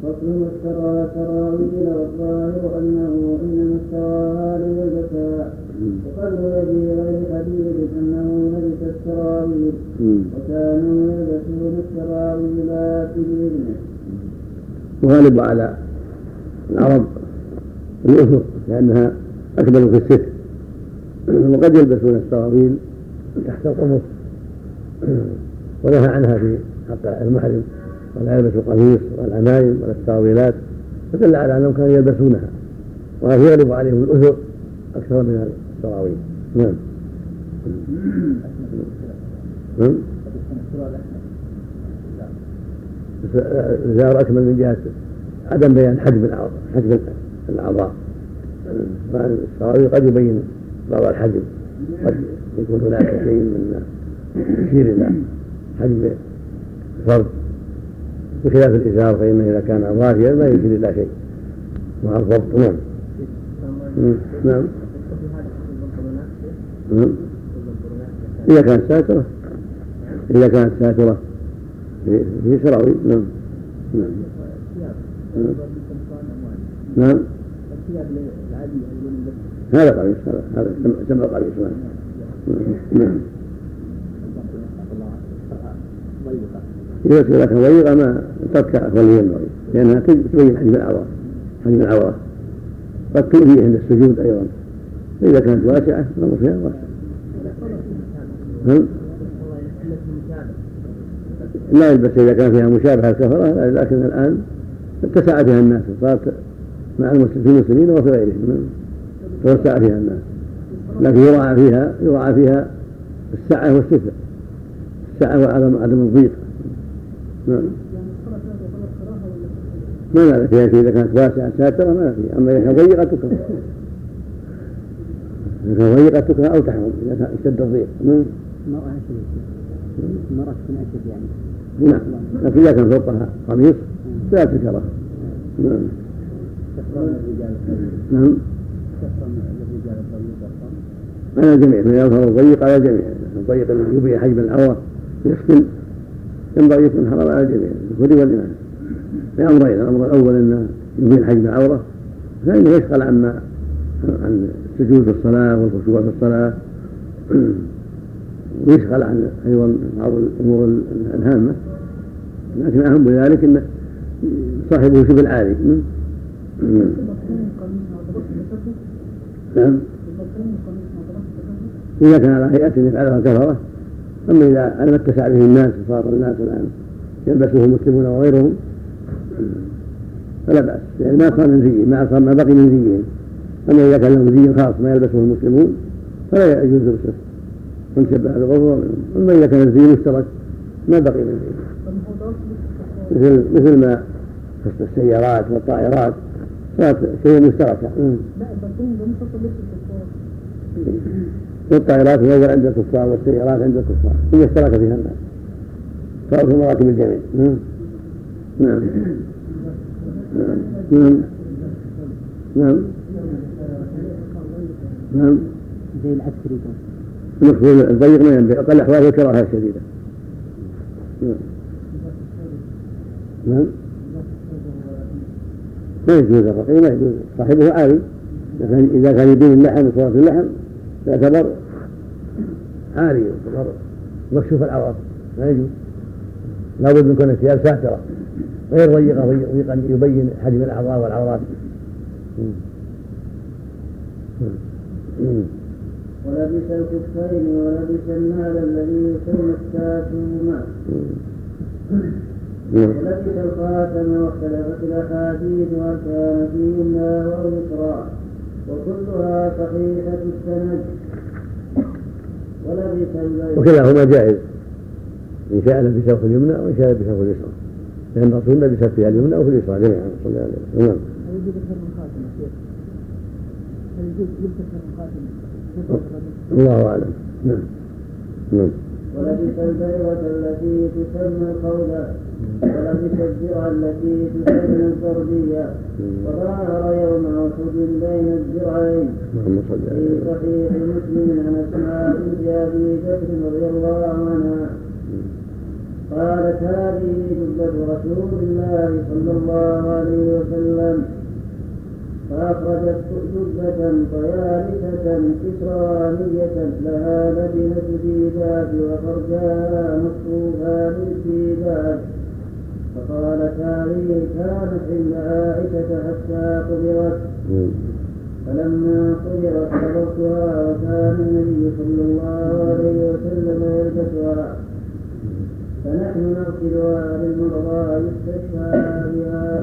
بطن ما اشترى سراويل والظاهر أنه إنما اشتراها ليلبسها وقد يجي غير حديث أنه لبس السراويل وكانوا يلبسون السراويلات بإذنه. وغالب على العرب الأثر لأنها أكبر في الستر، وقد يلبسون السراويل تحت القمص ونهى عنها في حق المحرم ولا يلبس القميص والعمائم ولا السراويلات، فدل على أنهم كانوا يلبسونها وهذا يغلب عليهم الأثر أكثر من السراويل. نعم. الإزار أكمل من جهة عدم بيان حجم الأعضاء. السراويل قد يبين بعض الحجم، قد يكون هناك شيء من يشير إلى حجم الفرد، بخلاف الإزار فإنه إذا كان ضافيا ما يشير إلى شيء مع الضبط. نعم. نعم. إذا كانت ساترة في سراويل. نعم. نعم. هذا قميص، هذا جمع قميص. نعم. إذا كان ضيقة ما تركع ولي المريض لأنها تبين حجم العورة قد تؤذي عند السجود أيضا. إذا كانت واسعة نظر فيها واسعة. لا يلبس إذا كان فيها مشابهة الكفرة، لكن الآن اتسع فيها الناس، صارت مع في المسلمين وفي غيرهم توسع فيها الناس، لكن يراعى فيها السعة والستر، السعة وعدم الضيق. نعم. ما لا فيها شيء إذا كانت واسعة ساترة ما فيها، أما إذا كانت ضيقة تكره، أو تحرم إذا كان اشتد الضيق. المرأة تكون أشد يعني. نعم، لكن إذا كان فوقها قميص لا تكره. نعم. نعم. على الجميع، من يظهر الضيق على الجميع، الضيق يبين حجم العورة يفتن، ينبغي يكون حرام على الجميع الذكور والإناث. بأمرين: الأمر الأول أنه يبين حجم العورة، فإنه يشغل عن السجود في الصلاة والخشوع في الصلاة، ويشغل عن أيضا بعض الأمور الهامة، لكن أهم ذلك أن صاحبه شبه العالي. نعم. إذا كان على هيئة يفعلها كفرة، أما إذا اتسع به الناس وصار الناس الآن يلبسه المسلمون وغيرهم فلا بأس، يعني ما صار من زيه، ما بقي من زيهم. أما إذا كان لهم زي خاص ما يلبسه المسلمون فلا يجوز لبسه من شبه الغفور منهم. أما إذا كان الزي مشترك ما بقي من زيه، مثل ما في السيارات والطائرات صارت شيء مشتركة. والطائرات الأول عند الكفار والسيارات عند الكفار ثم اشترك فيها الناس، صارت في مراكب الجميع. نعم. نعم. نعم. نعم. زي العسكري المفروض الضيق ما ينبغي، أقل أحوال الكراهة الشديدة. نعم. ما يجوز الرقيق، ما يجوز، صاحبه عالي، إذا كان يبين اللحم وصورة اللحم يعتبر عالي، يعتبر مكشوف العورة، ما يجوز. لا بد من كون الثياب ساترة غير ضيقا يبين حجم الأعضاء والعورات. ولبس الكفين ولبس النال الذي يسمى الساتومة، ولبس الخاتم، واختلفت الأحاديث هل كان في يمنى أو يسرى، وكلها صحيحة السند. ولبس البيت، وكلاهما جائز، إن شاء لبسه في اليمنى وإن شاء لبسه في اليسرى، لأن الرسول لبس في اليمنى أو في اليسرى جميعا صلى الله عليه وسلم. الله أعلم. نعم. نعم. ولبس البيضة التي تسمى الخولة، ولبس الدرع التي تسمى الفردية، وظاهر يوم أحد بين الدرعين. في صحيح مسلم عن أسماء بنت أبي بكر رضي الله عنها قالت هذه جبة رسول الله صلى الله عليه وسلم. فأخرجت جبة طيالسة كسرانية لها لبنة ديباج وفرجها مصفوفان بالديباج. فقالت هذه كانت عند عائشة حتى قبرت. فلما قبرت قبرتها وكان النبي صلى الله عليه وسلم يلبسها، فنحن نغسلها للمرضى يستشفى بها.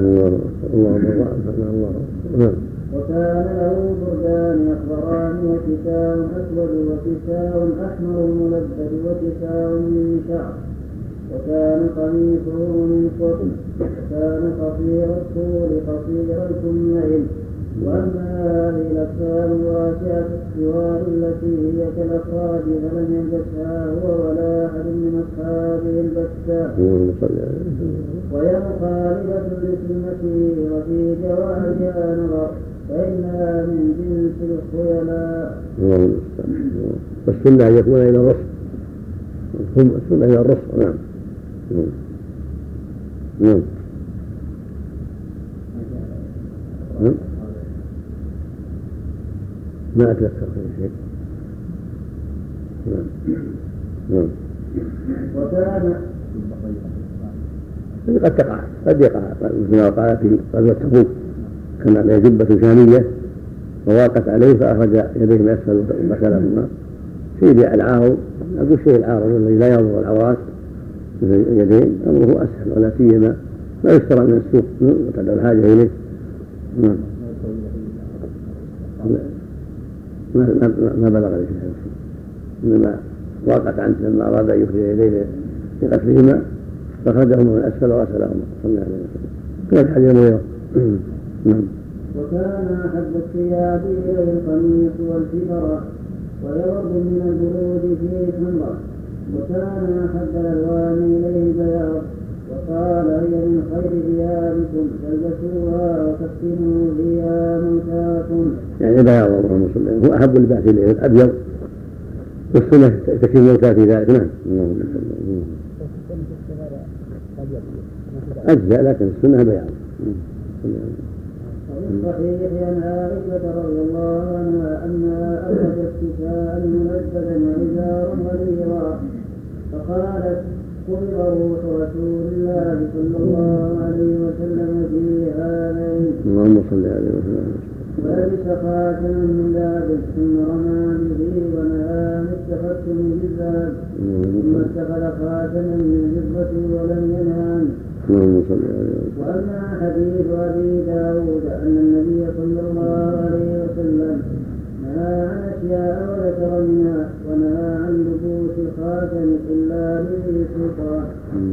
وكان له بردان أخضران وكساء أسود وكساء أحمر ملبد وكساء من شعر، وكان قميصه من قطن، وكان قصير الطول قصير الكمين. وأما هذه الأكفان الواسعة السوار التي هي كالأخراج فلم يلبسها هو ولا أحد من أصحابه البتة، وهي مخالفة لسنته. وفي جوازها نظر، فإنها من جنس الخيلاء. والسنة أن يكون إلى الرسل، السنة إلى الرسل. نعم. نعم. نعم. ما أتذكر شيء. نعم. وكان قد تقع، قد يقع مثل ما قال في غزوة تبوك، كان عليه جبة شامية وواقت عليه فأخرج يديه من أسفل وغسلهما. شيء العارض، أقول شيء العارض الذي لا يضر العورات مثل اليدين أمره أسهل، ولا سيما ما يشترى من السوق وتدعو الحاجة إليه. ما بلغ لي في هذا الشيء، إنما واقعت عنه لما أراد أن يخرج يديه لغسلهما فأخرجهما من أسفل وغسلهما صلى الله عليه وسلم. كان الحديث المغيرة. وكان أحب الثياب إليه القميص والفبرة، ويرد من البرود فيه حمرة. وكان أحب الألوان إليه البياض، وقال هي من خير ثيابكم فالبسوها وكفنوا فيها موتاكم. يعني بياض اللهم صل عليه، هو أحب اللباس إليه الأبيض، والسنة تكفي الموتى في ذلك. نعم. أجزاء، لكن السنة بياض. صحيح عن عائشة رضي الله عنها أنها أخرجت كساء منبذا وإزارا غليظا، فقالت قبض روح رسول الله صلى الله عليه وسلم في هذين. اللهم صل عليه وسلم. ولبس خاتما من ذهب ثم رمى به ونهى عن التختم بالذهب، ثم اتخذ خاتما من فضة ولم ينه عنه. وأما حديث أبي داود أن النبي صلى الله عليه وسلم نهى عن أشياء وذكر منها، ونهى عن لبوس الخاتم إلا لذي سلطان،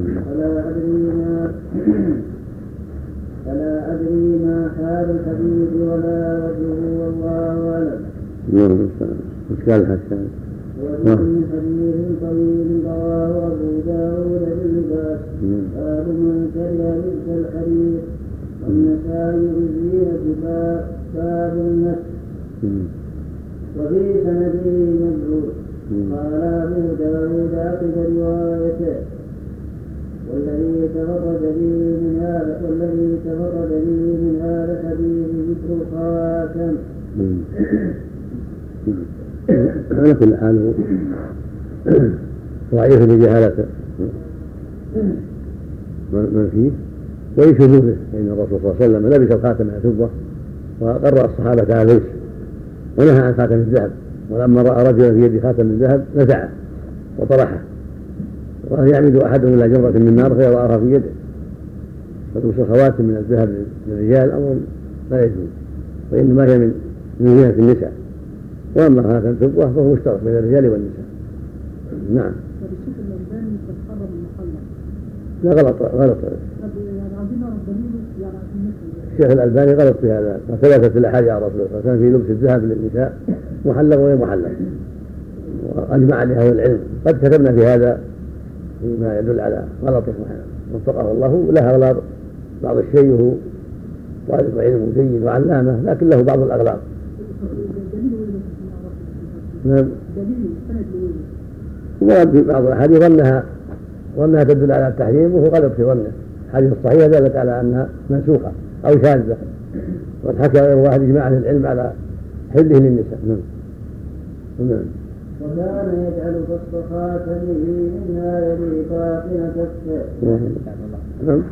فلا أدري ما حال الحديث ولا وجهه والله أعلم. إشكال الحسان ومن حديث طويل رواه أبو داود باللباس باب من كره لبس الحرير، والنسائي بالزينة باب النسك، وفي سنده مجهول. قال أبو داود عقب روايته والذي تفرد لي من هذا الحديث ذكر الخاتم. على كل حال ضعيف بجهالته من فيه ويشذوه، فإن الرسول صلى الله عليه وسلم لبس الخاتم من الفضة وقرأ الصحابة على لبسه ونهى عن خاتم الذهب، ولما رأى رجلا في يد خاتم الذهب نزعه وطرحه، ويعمد أحدهم إلى جمرة من نار فيضعها في يده. فلبس الخواتم من الذهب للرجال أمر لا يجوز، وإنما هي من زينة النساء، وأما خاتم الفضة فهو مشترك بين الرجال والنساء. نعم. لا غلط. الشيخ الألباني غلط في هذا، وثبتت الأحاديث عن رسول الله صلى الله عليه وسلم في لبس الذهب للنساء محلق وغير محلق، وأجمع عليه أهل العلم. قد كتبنا في هذا فيما يدل على غلطه وفقه الله. له أغلاط بعض الشيء، وهو طالب علم جيد وعلامة، لكن له بعض الأغلاط. ورد في بعض الأحاديث أنها ظنها تدل على التحريم وهو غلط في ظنه. الحديث الصحيح دلت على أنها منسوخة أو شاذة، وقد حكى غير واحد إجماع أهل العلم على حله للنساء. نعم. وكان يجعل فصل خاتمه مما يلي باطن كفه. نعم.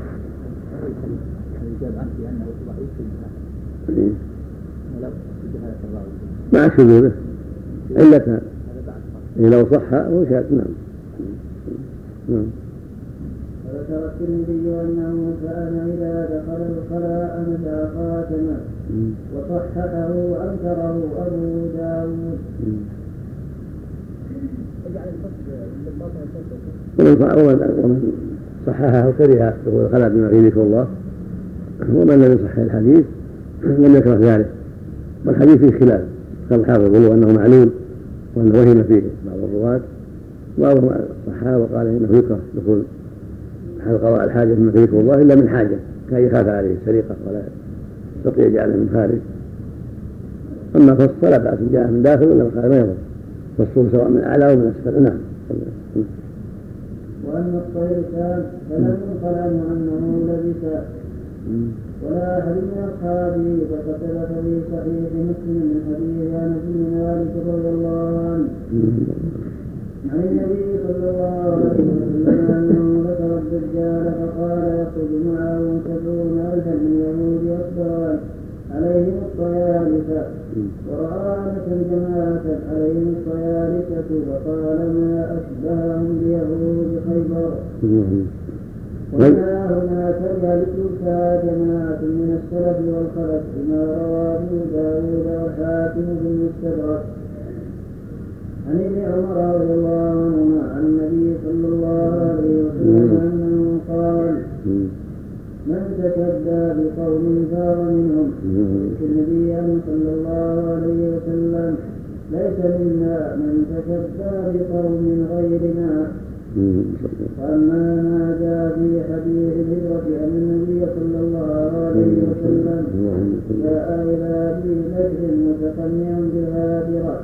مع شذوذه علتها لو صح هو شاذ. نعم. وذكر الترمذي أنه كان إذا دخل الخلاء نزع خاتمه وصححه وأنكره أبو داود. ومن صححه وكره دخول الخلاء بما فيه ذكر الله، ومن لم يصحح الحديث لم يكره ذلك. والحديث فيه خلاف، قال الحافظ يقول أنه معلول وأنه وهم فيه بعض الرواة، وبعضهم صححه وقال إنه يكره دخول قضاء الحاجة بما فيه ذكر الله إلا من حاجة كان يخاف عليه السرقة ولا يستطيع جعله من خارج. أما فصل فلا بأس جاء من داخل ولا من خارج ما يضر، فصل سواء من أعلى ومن أسفل. نعم. وأن الطير كان فلم ينقل عنه أنه لبس ولا أحد من أصحابه، فقد ثبت في صحيح مسلم من حديث أنس بن مالك رضي الله عنه عن النبي صلى الله عليه وسلم أنه ذكر الدجال فقال يخرج معه 70,000 من يهود أصبران عليهم الطيالسة، ورأى أنس جماعة عليهم الطيالسة فقال ما أشبههم بيهود خيبر. وما هنا كره لتلك جماعة من السلف والخلف بما روى ابو داود والحاكم في المستدرك عن ابن عمر رضي الله عنهما عن النبي صلى الله عليه وسلم انه قال من تشبه بقوم فهو منهم. النبي صلى الله عليه وسلم ليس منا من تشبه بقوم غيرنا. وأما ما جاء في حديث الهجرة أن النبي صلى الله عليه وسلم جاء إلى ذي بدر متقنعا بالهاجرة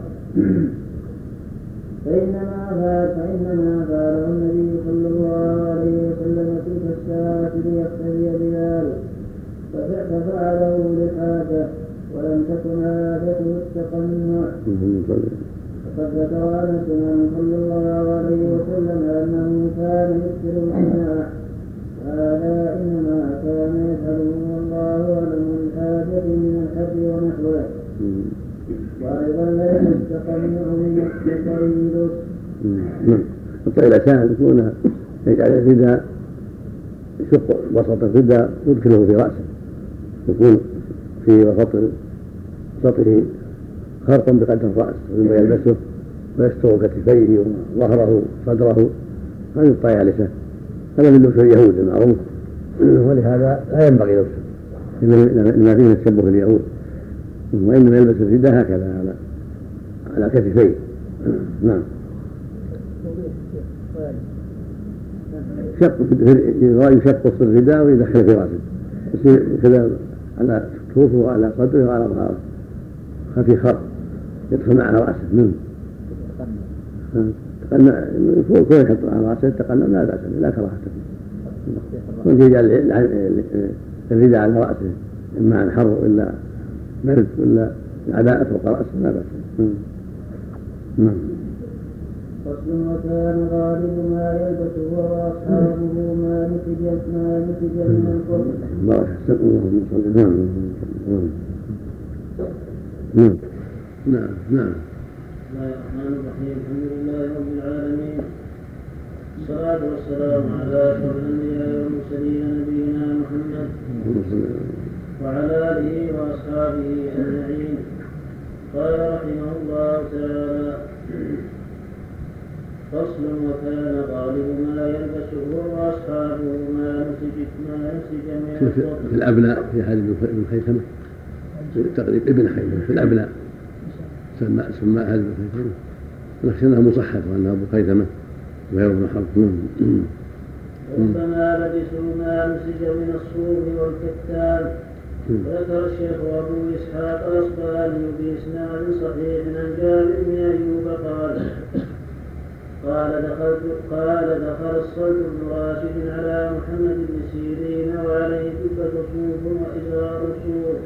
فإنما فعله النبي صلى الله عليه وسلم تلك الساعة ليقتدي بذلك، ففعله للحاجة ولم تكن عادته التقنع. وقد ذكر أنس صلى الله عليه وسلم أنه كان يكثر الجماع، وهذا إنما كان يفعله والله أعلم الحاجة من الحج ونحوه. وأيضا لا يستقنع من التقيد. الطيلسان يكون يجعل الرداء يشق وسط الرداء يدخله في رأسه، يكون في وسطه خرق بقدر الرأس ثم يلبسه ويستر كتفيه وظهره صدره. هذه الطيالسة هذا من لبس اليهود المعروف، ولهذا لا ينبغي لبسه لما فيه التشبه باليهود، وإنما يلبس الرداء هكذا على كتفيه. نعم. يشق وسط الرداء ويدخل في رأسه يصير كذا على كتفه وعلى صدره وعلى ظهره خفي خرق يدخل على رأسه. تقنع كون يحط على رأسه التقنع لا بأس لا كراهة فيه. كون يجعل الرداء على رأسه إما عن حر إلا مرد ولا عداء فوق رأسه لا بأس. فصل وكان غالب ما يلبسه وأصحابه ما نتج من القرب. بارك الله فيك. نعم. بسم الله الرحمن الرحيم. الحمد لله رب العالمين، الصلاة والسلام على أشرف الأنبياء والمرسلين نبينا محمد وعلى آله وأصحابه أجمعين. قال رحمه الله تعالى: فصل وكان غالب ما يلبسه وأصحابه ما نسج من في الأبناء في حديث ابن خيثمة تقريب ابن خيثمة في الأبناء سمى هذا ابن خيثمة، ولكن انها مصحف وانها ابو خيثمة وهي ابن حرب. ربما لبسوا ما نسج من الصوف والكتان. وذكر الشيخ ابو اسحاق الاصبهاني باسناد صحيح عن جابر بن ايوب قال دخل الصلت بن راشد على محمد بن سيرين وعليه جبة صوف وإزار صوف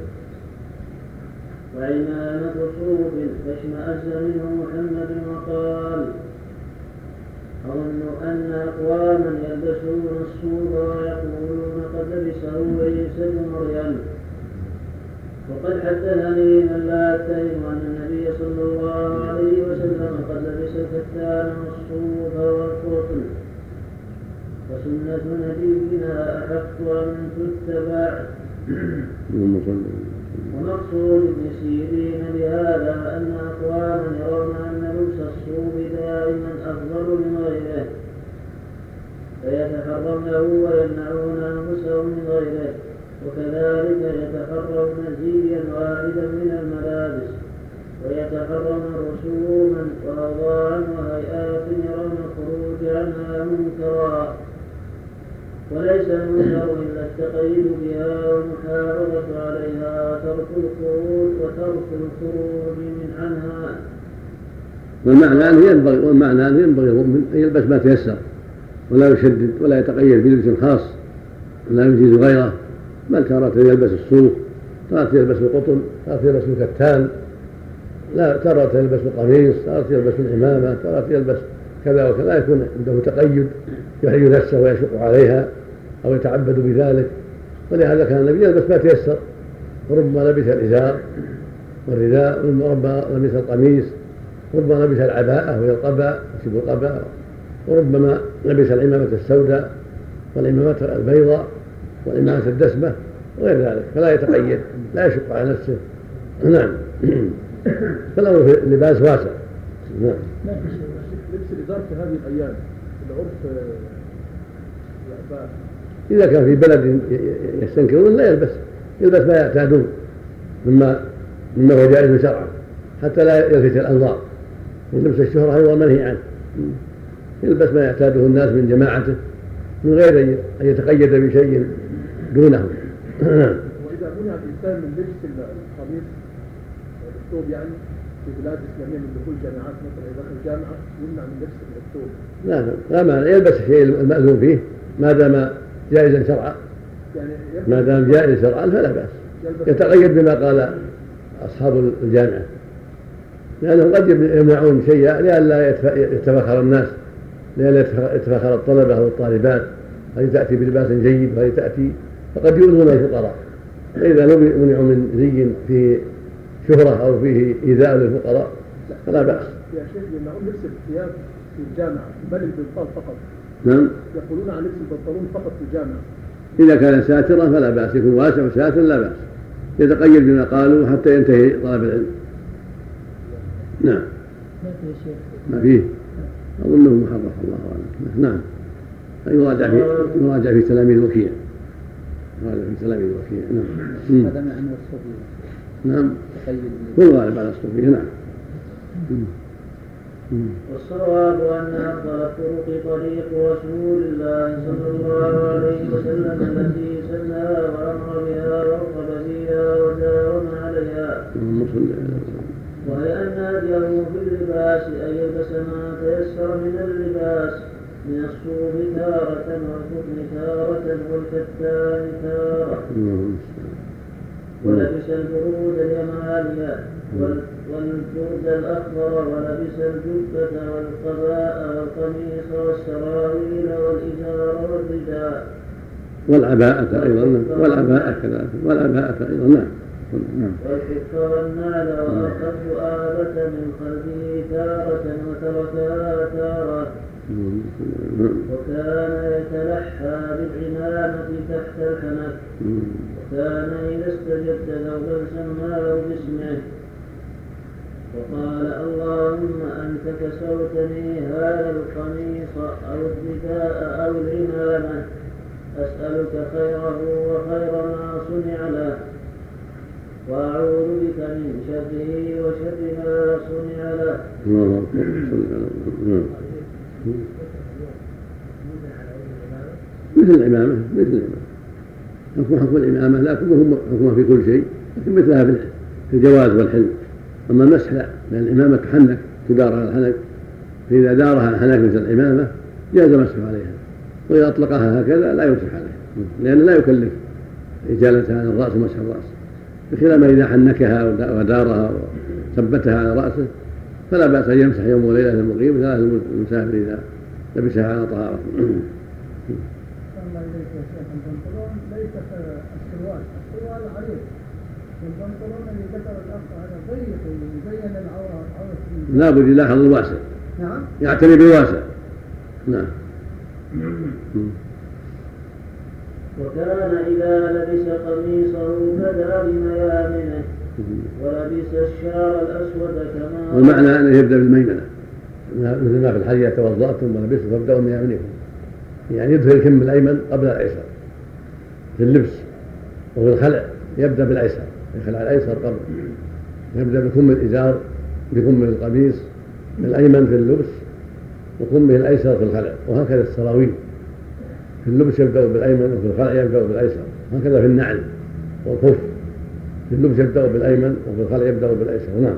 وعمامة صوف فاشمأز منه محمد وقال أظن أن أقواما يلبسون الصوف ويقولون قد لبسه عيسى بن مريم وقد حدثني من لا أتهم أن النبي صلى الله عليه وسلم قد لبس الكتان والصوف والقطن وسنة نبينا أحق أن تتبع. ومقصود ابن سيرين بهذا أن أقواما يرون أن لبس الصوف دائما أفضل من غيره فيتحرونه ويمنعون أنفسهم من غيره وكذلك يتحرون زيا واحدا من الملابس ويتحرون رسوما وأوضاعا وهيئات يرون الخروج عنها منكرا وليس المنكر إلا التقيد بها والمحافظة عليها وترك الخروج من عنها. والمعنى أنه ينبغي المؤمن أن يلبس ما تيسر ولا يشدد ولا يتقيد بلبس خاص ولا يجيز غيره، بل تارة يلبس الصوف، تارة يلبس القطن، تارة يلبس الكتان، لا تارة يلبس القميص، تارة يلبس العمامة، تارة يلبس كذا وكذا، يكون عنده تقيد يحيي نفسه ويشق عليها أو يتعبد بذلك. ولهذا كان النبي يلبس ما تيسر، وربما لبس الإزار والرداء، وربما لبس القميص، وربما لبس العباءة وهي القباء شبه القباء، وربما لبس العمامة السوداء والعمامة البيضاء والعمامة الدسمة وغير ذلك، فلا يتقيد، لا يشق على نفسه. نعم. فالأمر في اللباس واسع. نعم. لبس الإزار في هذه الأيام العرف إذا كان في بلد يستنكرون لا يلبس ما يعتادون مما هو جائز شرعا حتى لا يلفت الأنظار. لبس الشهرة أيضا منهي عنه، يلبس ما يعتاده الناس من جماعته من غير أن يتقيد بشيء دونهم. وإذا منع الإنسان من لبس القميص والثوب يعني في بلاد إسلامية من دخول جامعات مثلا إذا دخل جامعة يمنع من لبس الثوب؟ لا مانع، يلبس الشيء المأذون فيه ما دام جائزا شرعا، يعني ما دام جائز شرعا فلا بأس، يتقيد بما قال أصحاب الجامعة، لأنهم قد يمنعون شيئا لئلا يتفاخر الناس، لئلا يتفاخر الطلبة أو الطالبات، هذه تأتي بلباس جيد وهذه تأتي، فقد يؤذون الفقراء. فإذا منعوا من زي فيه شهرة أو فيه إيذاء للفقراء فلا بأس. يا شيخ يمنعون لبس الثياب في الجامعة بل البنطال فقط. نعم. يقولون عن لبس البنطلون فقط في الجامعة. إذا كان ساترا فلا بأس، يكون واسع وساتر لا بأس، يتقيد بما قالوا حتى ينتهي طلب العلم. نعم. ما فيه أظنه محرف الله أعلم. نعم. يراجع في تلاميذ الوكيع. نعم. هذا من أمر الصوفية. نعم. كل غالب على الصوفية. نعم. والصواب أن أفضل الطرق طريق رسول الله صلى الله عليه وسلم التي سنها وأمر بها ورغب فيها وداوم عليها، وهي أن هديه في اللباس أن يلبس ما تيسر من اللباس من الصوف تارة والقطن تارة والكتان تارة، ولبس البرود اليمانية والجرد الأخضر، ولبس الجبة والقباء والقميص والسراويل والإزار والرداء والعباءة أيضا، والعباءة أيضا. نعم. والحق والنعل وأخذ آبة من خلفه تارة وتركها تارة، وكان يتلحى بالعمامة تحت الحنك، وكان إذا استجد ثوبا سماه باسمه وقال اللهم أنت كسوتني هذا القميص أو الرداء أو العمامة، أسألك خيره وخير ما صنع له، وأعوذ بك من شره وشر ما صنع له. مثل العمامة حكم العمامة، لا حكمها في كل شيء، لكن مثلها في الجواز والحلم. أما المسح لا، لأن العمامة تحنك تدار على الحنك فإذا دارها هناك مثل العمامة جاز مسح عليها، وإذا أطلقها هكذا لا يمسح عليها، لأنه لا يكلف إزالتها عن الرأس ومسح الرأس، بخلاف إذا حنكها ودارها وثبتها على رأسه فلا بأس أن يمسح يوم وليلة المقيم وثلاث المسافر إذا لبسها على طهارة. الله إليك يا شيخ، البنطلون ليس السروال عريض، البنطلون اللي ذكر الأخ هذا ضيق يبين العورة لا بد يلاحظ الواسع. نعم يعتني بالواسع. نعم. وكان إذا لبس قميصه بدا بميامنه ولبس الشعر الأسود كما والمعنى أنه يبدأ بالميمنة مثل ما في الحديث توضأتم ولبستم فابدأوا بميامنكم، يعني يدخل الكم الأيمن قبل الأيسر في اللبس، وفي الخلع يبدأ بالأيسر، يخلع الأيسر قبل، يبدأ بكم الإزار بكم القميص الأيمن في اللبس وكمه الأيسر في الخلع، وهكذا السراويل في اللبس يبدأ بالأيمن وفي الخلع يبدأ بالأيسر، هكذا في النعل والخف في اللبس يبدأ بالأيمن وفي الخلع يبدأ بالأيسر. نعم.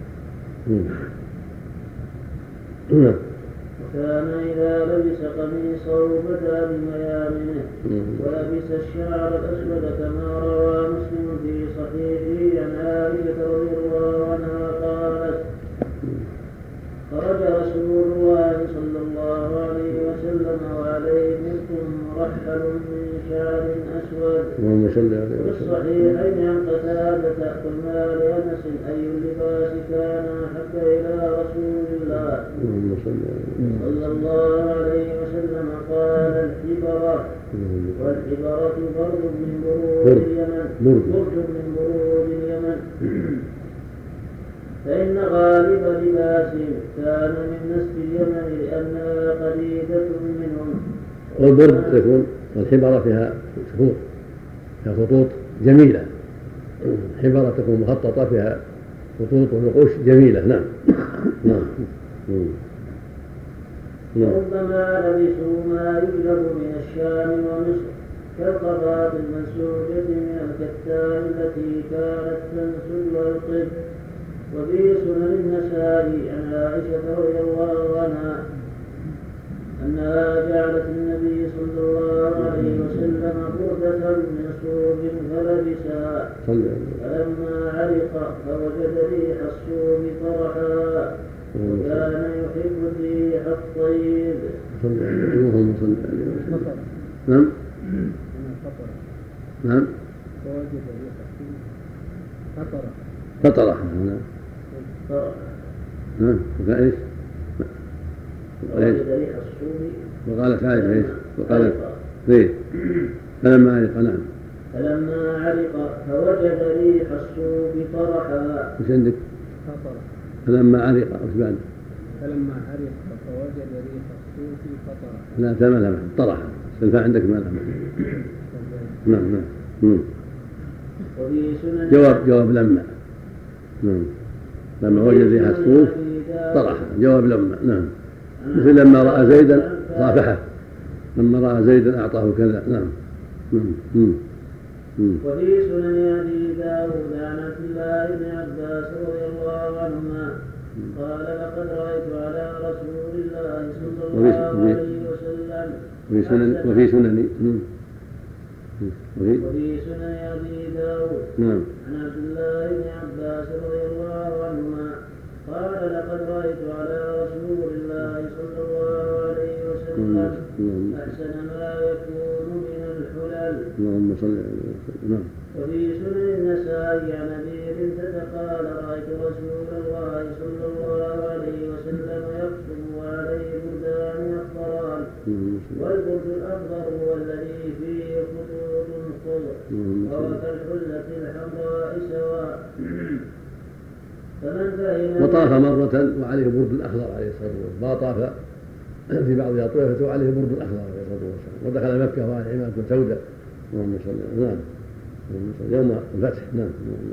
وكان إذا لبس قميصه بدا بميامنه ولبس الشعر الأسود كما روى مسلم في صحيحه عن عائشة رضي الله عنها قالت: خرج رسول الله صلى الله عليه وسلم وعليه ملك مرحل من شعر أسود. وفي الصحيحين عن قتادة قلنا لأنس أي اللباس كان أحب إلى رسول الله صلى الله عليه وسلم؟ قال: الحبرة، والحبرة برد من برود اليمن فإن غالب لباسهم كان من نسل اليمن لأنها قريبة منهم. والبرد يكون والحبرة فيها شهور، فيها خطوط جميلة، الحبرة تكون مخططة فيها خطوط ونقوش جميلة. نعم. وربما لبسوا ما يجلب من الشام ومصر كالقباب المنسوجة من الكتان التي كانت تنسج والقب. وفي سنن النسائي عن عائشة رضي الله عنها أنها جعلت النبي صلى الله عليه وسلم بردة من صوف فلبسها، فلما علق فوجد ريح الصوف طرحها، وكان يحب الريح الطيب. اللهم صل عليه وسلم. نعم. نعم. فوجد ريح الصوف فطرح. نعم. وقال ايش؟ وجد ريح الصوف. وقالت عائشة ايش؟ وقالت ايه؟ فلما علق. نعم. فلما علق فوجد ريح الصوف طرحها. وش عندك؟ فلما علق وش بعد؟ فلما علق فوجد ريح الصوف فطرحها. لا تملها طرحها، الفاء عندك مالها. نعم. وفي سنن جواب لما. نعم. لما وجد ريح الصوف طرحها، جواب لما. نعم. مثل لما رأى زيدا صافحه، لما رأى زيدا أعطاه كذا. نعم. وفي سنن أبي داود عن عبد الله بن عباس رضي الله عنهما قال: لقد رأيت على رسول الله صلى الله عليه وسلم وفي سنن أبي داود عن عبد الله بن عباس رضي الله عنهما قال: لقد رأيت على رسول الله صلى الله عليه وسلم أحسن ما يكون من الحلل. اللهم صل عليه وسلم. وفي سنن النسائي عن أبي بنت قال: رأيت رسول الله صلى الله عليه وسلم يقسم وعليه بردان أخضران، والبرد الأخضر هو الذي فيه خطوط خضر وهو كالحلة الحمراء سواء. وطاف مرة وعليه برد أخضر عليه الصلاة والسلام، ما طاف في بعض أطوافته وعليه برد أخضر عليه الصلاة والسلام، ودخل مكة وعليه عمامة سوداء. اللهم صل على النبي. نعم. يوم الفتح. نعم.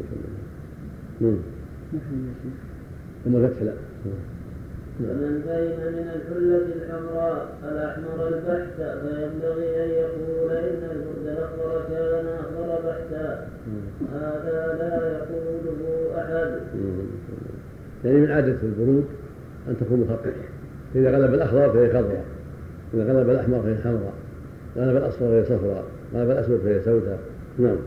يوم الفتح. لا. فمن بين من الحلة الحمراء الأحمر البحت فينبغي أن يقول إن البرد الأخضر كان أخضر بحتا، هذا لا يقوله أحد. يعني من عادة البرود أن تكون مخططة، إذا غلب الأخضر فهي خضراء، إذا غلب الأحمر فهي حمراء، غلب الأصفر فهي صفراء، غلب الأسود فهي سوداء. نعم.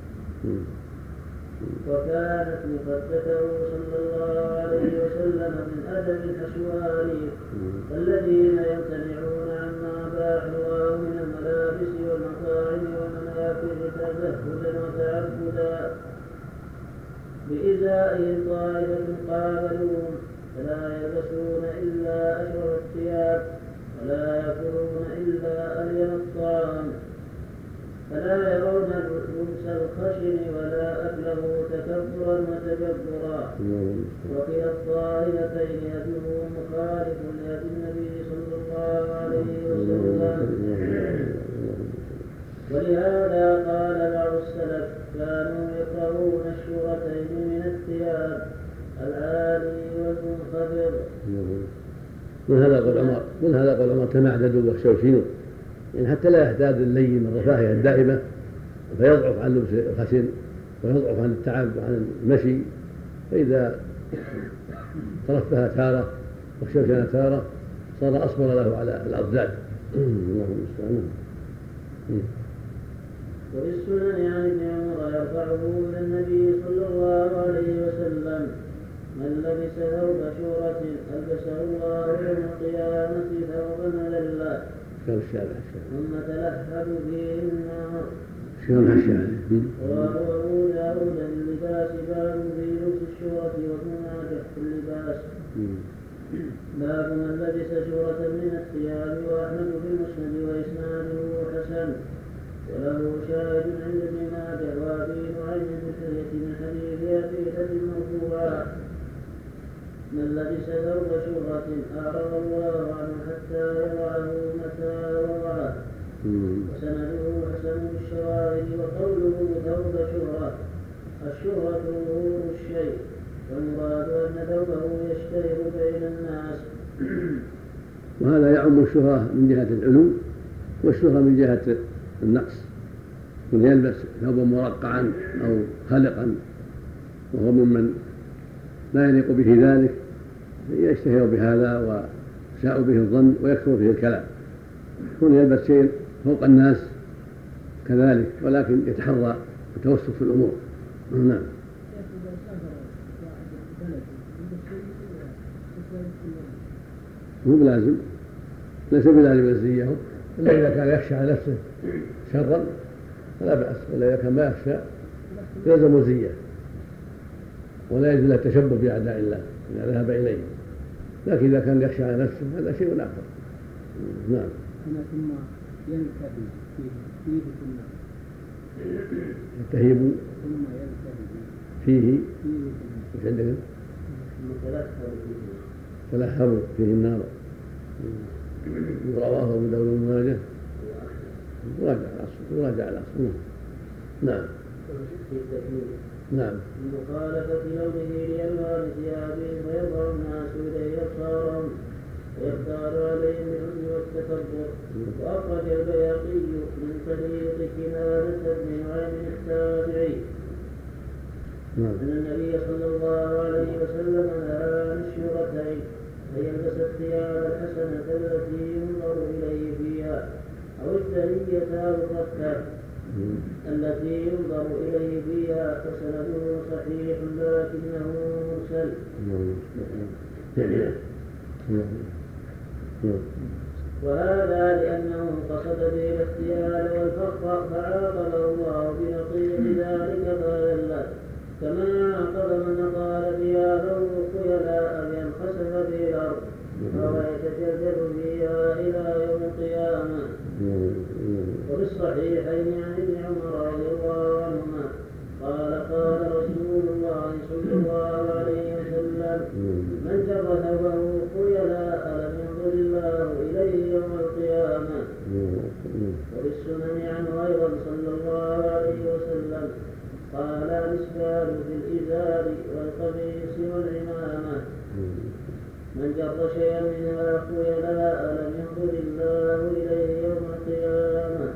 وكانت مقدته صلى الله عليه وسلم من أدب الحشوان الذين يمتنعون عما أباح الله من الملابس والمطاعم والمنافذ تزهدا وتعبدا بإزائهم طائفة قابلوهم فلا يلبسون إلا أشرف الثياب ولا يأكلون إلا ألين الطعام فلا يرون لبس الخشن ولا أكله تكبرا وتجبرا وكلا الطائفتين هديه مخالف لهدي النبي صلى الله عليه وسلم. ولهذا قال بعض السلف كانوا يكرهون الشورتين من الثياب العالي والمنخفض. من هذا قول عمر تمعددوا واستوسنوا، يعني حتى لا يحتاج اللين الرفاهية الدائمة فيضعف عن لبس الخشن ويضعف عن التعب وعن المشي، فإذا ترفه تارة واستوسن تارة صار أصبر له على الأضداد. اللهم المستعان. وبالسنن عن ابن عمر يرفعه إلى النبي صلى الله عليه وسلم من لبس ثوب شورة ألبسه الله يوم القيامة ثوبا ذلا ثم تلهب فيه النار. ورواه أبو داود اللباس باب في لبس الشورة والمنافق في اللباس باب من لبس شورة من الثياب. وأحمد في المسند وإسناده حسن وله شاهد عند ابن ماجه وأبي نعيم في الحلية من حديث أبي ذر مرفوعا من لبس ثوب شورة أعرض الله عنه حتى يضعه متى وضعه. وسنده حسن بالشواهد. وقوله ثوب شهرة الشهرة ظهور الشيء والمراد أن ثوبه يشتهر بين الناس. وهذا يعم الشهرة من جهة العلو والشهرة من جهة النقص، من يلبس ثوبا مرقعا أو خلقا وهو ممن لا يليق به ذلك يشتهر بهذا وشاء به الظن ويكثر فيه الكلام. يكون يلبس شيء فوق الناس كذلك ولكن يتحرى التوسط في الأمور. نعم. مو بلازم، ليس بلازم الزيه إلا إذا كان يخشى على نفسه شرا فلا بأس، ولا إذا كان ما يخشى يلزم الزيه ولا يجوز التشبه بأعداء الله إذا ذهب إليه، لكن إذا كان يخشى على نفسه هذا شيء آخر. نعم. ثم ينتهي فيه ثم يلتهب ثم ينتهي فيه ثم ايش عندك؟ تلهب فيه النار. رواه أبو داود بن ماجه. راجع الأصل. نعم. نعم. مخالفة لونه لألوان ثيابهم فيضع الناس إليه أبصارهم ويختار عليهم بالحزن والتكبر. وأخرج البيهقي من طريق كنانة بن نعيم التابعي أن النبي صلى الله عليه وسلم نهى عن الشورتين أن يلبس الثياب الحسنة التي ينظر إليه فيها أو الثنية أو الركة التي ينظر إليه فيها. فسنده صحيح لكنه مرسل. وهذا لأنه قصد به الاختيال والفقر فعاقبه الله بنقيض ذلك فذل، كما عاقب من قال ثيابه خيلاء ينخسف به الأرض وهو يتجلجل فيها إلى يوم القيامة. وفي الصحيحين عن ابن عمر رضي الله عنهما قال قال رسول الله صلى الله عليه وسلم من جر ثوبه خيلاء لم ينظر الله إليه يوم القيامة. وفي السنن عنه أيضا صلى الله عليه وسلم قال الإسبال في الإزار والقميص والعمامة من جر شيئا منها خيلاء لم ينظر الله إليه يوم القيامة.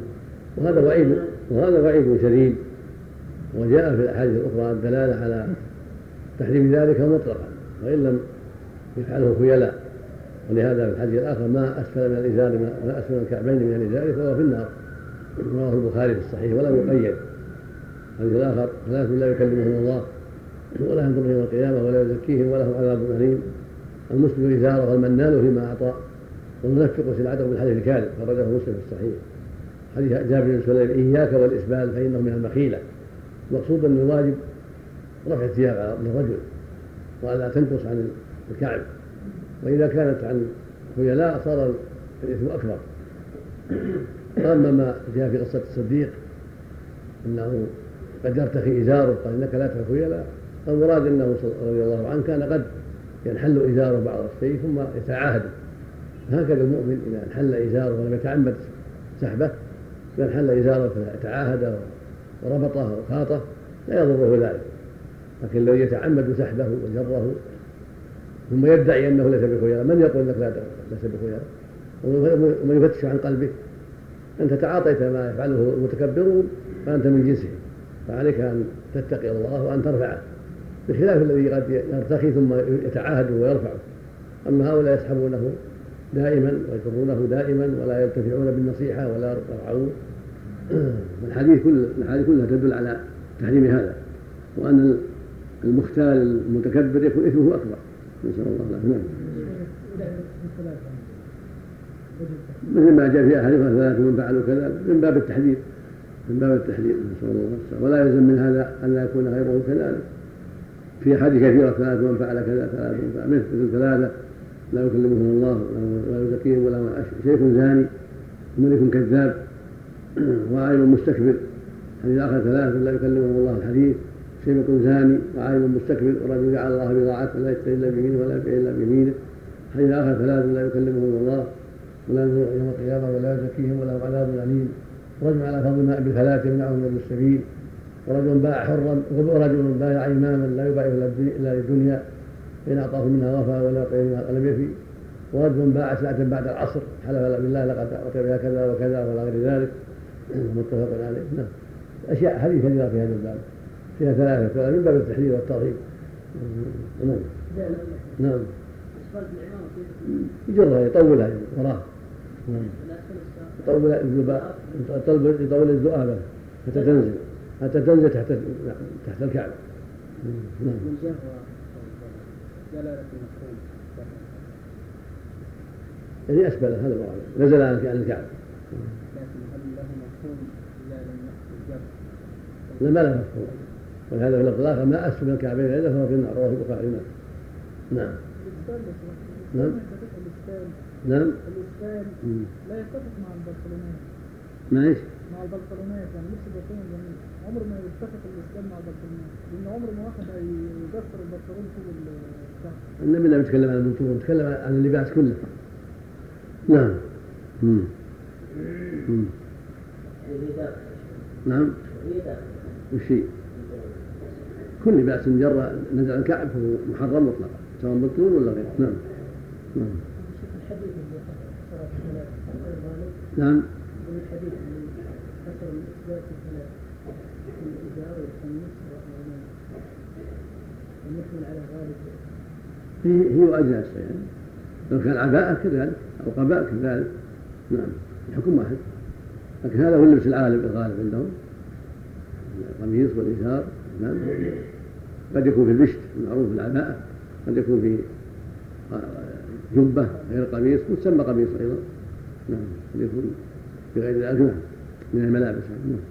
وهذا وعيد شديد، وجاء في الأحاديث الأخرى الدلالة على تحريم ذلك مطلقا، وإن لم يفعله خيلاء ولهذا في الحديث الآخر ما أسفل من الإزار ما أسفل من الكعبين من الإزار فهو في النار، رواه البخاري في الصحيح ولم يقيد. الحديث الآخر 3 لا يكلمهم الله ولا ينظر يوم القيامة ولا يزكيهم ولهم عذاب أليم: المسلم إزاره والمنان فيما أعطى والمنفق سلعته بالحديث الكاذب، خرجه مسلم في الصحيح. حديث جابر بن سليم: إياك والإسبال فإنه من المخيلة. مقصود أن الواجب رفع الثياب للرجل وألا تنقص عن الكعب، وإذا كانت عن خيلاء صار الإثم أكبر. أما ما جاء في قصة الصديق أنه قد يرتخي إزاره قال إنك لا ترى خيلاء، المراد أنه رضي الله عنه كان قد ينحل إزاره بعض الشيء ثم يتعاهد. هكذا المؤمن إذا انحل إزاره ولم يتعمد سحبه، إذا انحل إزاره فيتعاهد وربطه وخاطه لا يضره ذلك. لكن لو يتعمد سحبه وجره ثم يدعي أنه ليس بخيار، من يقول لك ليس بخيار؟ ومن يفتش عن قلبك؟ أنت تعاطيت ما يفعله المتكبرون فأنت من جنسه، فعليك أن تتقي الله وأن ترفعه، بخلاف الذي قد يرتخي ثم يتعاهد ويرفعه. أما هؤلاء يسحبونه دائما ويجرونه دائما ولا ينتفعون بالنصيحة ولا يرفعون. الحديث كلها تدل على تحريم هذا، وأن المختال المتكبر يكون إثمه أكبر، نسأل الله العافية. مثل ما جاء في أحاديث 3 من فعلوا كذا من باب التحذير، نسأل الله العافية. ولا يلزم من هذا أن لا يكون غيره كذلك. في أحاديث كثيرة 3 من فعل كذا 3 من فعل مثل 3 لا يكلمهم الله ولا يزكيهم ولا شيخ زاني وملك كذاب وعالم مستكبر. حديث آخر 3 لا يكلمهم الله الحديث شيخ زاني وعالم مستكبر ورجل جعل الله بضاعته لا يشتري الا بيمينه ولا يبيع الا بيمينه. حديث آخر 3 لا يكلمهم الله ولا ينظر يوم القيامة ولا يزكيهم ولهم عذاب أليم. رجل على فضل ماء بثلاث يمنعهم من السبيل، ورجل باع حرا ورجل بايع إماما لا يبايع إلا للدنيا إن أعطاه منها وفى ولا يعطيه منها لم يفي، ورجل باع سلعة بعد العصر حلف بالله لقد أعطي بها كذا وكذا ولا غير ذلك، متفق عليه. نعم. أشياء حديث كثيرة في هذا الباب فيها 3 من باب التحذير والترغيب. نعم. يجرها يطولها وراه، يطول الذؤابة حتى تنزل تحت الكعبة. من جهة دلالة المفهوم يعني أسبله هذا المعنى نزل عن الكعبة. لكن هل له مفهوم إذا لم يحصل الجر؟ لا، ما له مفهوم، ولهذا في اللفظ الآخر ما أسفل الكعبين إلا فهو في النار، رواه البخاري. نعم. نعم. الإسلام لا يتفق مع البرطلونات. ما إيش؟ مع البرطلونات يعني لبس البرطلون يعني عمر ما يتفق الإسلام مع البرطلونات، لأن عمر ما واحد هيكسر البرطلون فوق الكعب. النبي لا يتكلم عن البنطلون، يتكلم عن اللباس كله. نعم. نعم. والشيء كل لباس جر نزل الكعب فهو محرم مطلقا سواء بنطلون ولا غيره. نعم. نعم. الحديث اللي حصل الإثبات الثلاث الإزار والقميص ونحمل على الغالب هي وأجناس يعني لو كان عباءة كذلك أو قباء كذلك. نعم. الحكم واحد، لكن هذا هو اللبس الغالب عندهم، القميص والإزار. نعم. قد يكون في البشت المعروف بالعباءة، قد يكون في جبة غير قميص وتسمى قميص أيضا. نعم. قد يكون في غير ذلك من الملابس.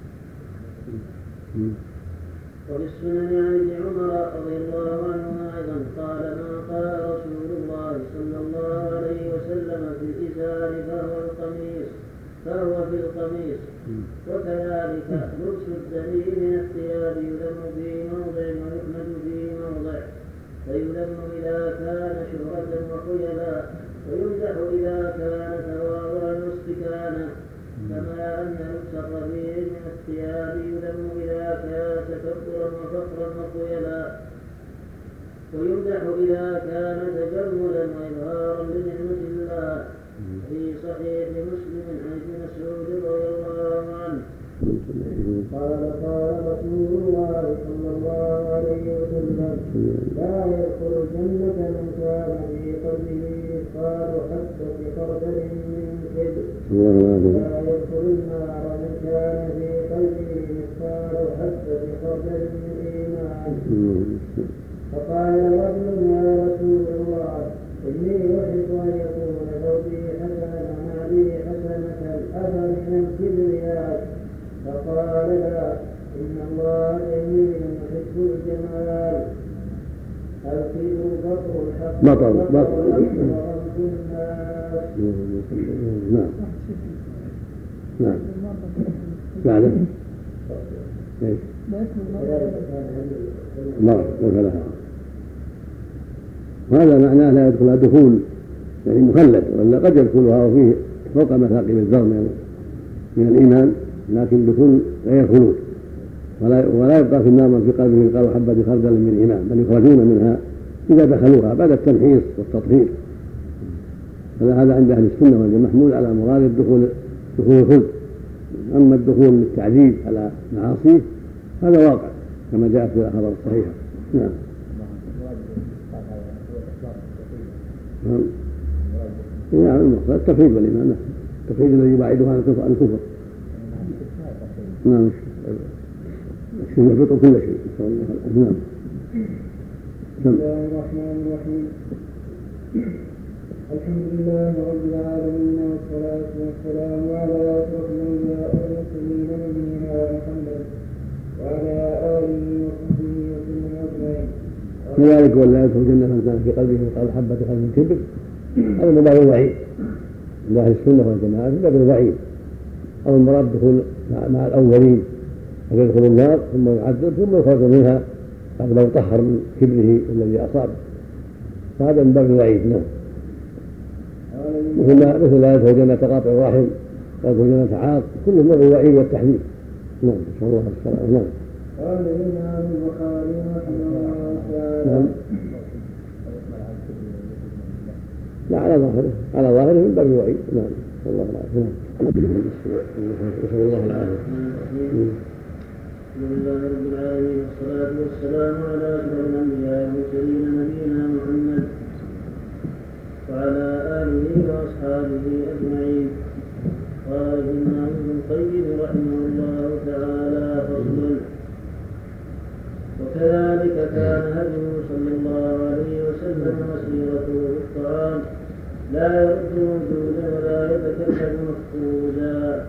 وفي السنن عن ابن عمر رضي الله عنهما ايضا قال ما قال رسول الله صلى الله عليه وسلم في الازار فهو في القميص. وكذلك لبس الدليل من الثياب يذم في موضع ويحمد في موضع، فيذم اذا كان شهرة وخيلا، ويمدح اذا كان تواضعا واستكانا، كما أن لبس الربيع من الثياب يذم إذا كان تكبرا وفخرا وخيلا، ويمدح إذا كان تجملا وإظهارا لنعمة الله. في صحيح مسلم عن ابن مسعود رضي الله عنه قال رسول الله صلى الله عليه وسلم لا يدخل الجنة من كان في قلبه مثقال حبة خردل من كبر لا يدخل النار من كان في قلبه مثقال حبة خردل من إيمان. فقال رجل يا رسول الله إني أحب أن يكون ثوبي حسنا ومالي حسنة أفمن الكبرياء؟ فقال لا، إن الله جميل يحب الجمال. الكبر بطر الحق وغمط الناس. نعم بعده ايش؟ الله وكلها هذا معناه لا يدخلها دخول يعني مخلد، ولا قد يدخلها وفيه فوق مثاقل الذر من الإيمان، لكن دخول غير خلود، ولا يبقى في النار من في قلبه مثقال حبة خردل من إيمان، بل يخرجون منها إذا دخلوها بعد التمحيص والتطهير. هذا عند أهل السنة والجماعة محمول على مراد دخول الخلد. أما الدخول للتعذيب على معاصيه هذا واقع كما جاء في الأخبار الصحيحة. نعم. نعم المقصود التفريد والإيمان، التفريد الذي يبعدها عن الكفر. نعم الشيء يحبط كل شيء إن شاء الله. نعم. بسم الله الرحمن الرحيم. الحمد لله رب العالمين، والصلاة والسلام على أشرف الأنبياء والمرسلين نبينا محمد وعلى آله وصحبه وسلم أجمعين. كذلك ولا يدخل الجنة من كان في قلبه مثقال حبة خردل من كبر، هذا من باب الوعيد عند أهل السنة والجماعة، من باب الوعيد. أو المراد دخول مع الأولين فيدخل النار ثم يعذب ثم يخرج منها بعد ما يطهر من كبره الذي أصابه، فهذا من باب الوعيد. نعم. مثل لا يدخل جنة قاطع الرحم ويدخل جنة عاق، كله من الوعيد والتحذير. نعم نسأل الله السلامة. نعم. قال الإمام البخاري رحمه الله تعالى. لا على ظاهره من باب الوعيد. نعم نسأل الله العافية. نسأل الله العافية. الحمد لله رب العالمين، والصلاة والسلام على أشرف الأنبياء والمرسلين نبينا محمد وعلى آله وأصحابه أجمعين. قال الإمام ابن القيم رحمه الله تعالى: فصل. وكذلك كان هديه صلى الله عليه وسلم مسيرته بالطعام، لا يرد وجودا ولا يتكلم مفقودا،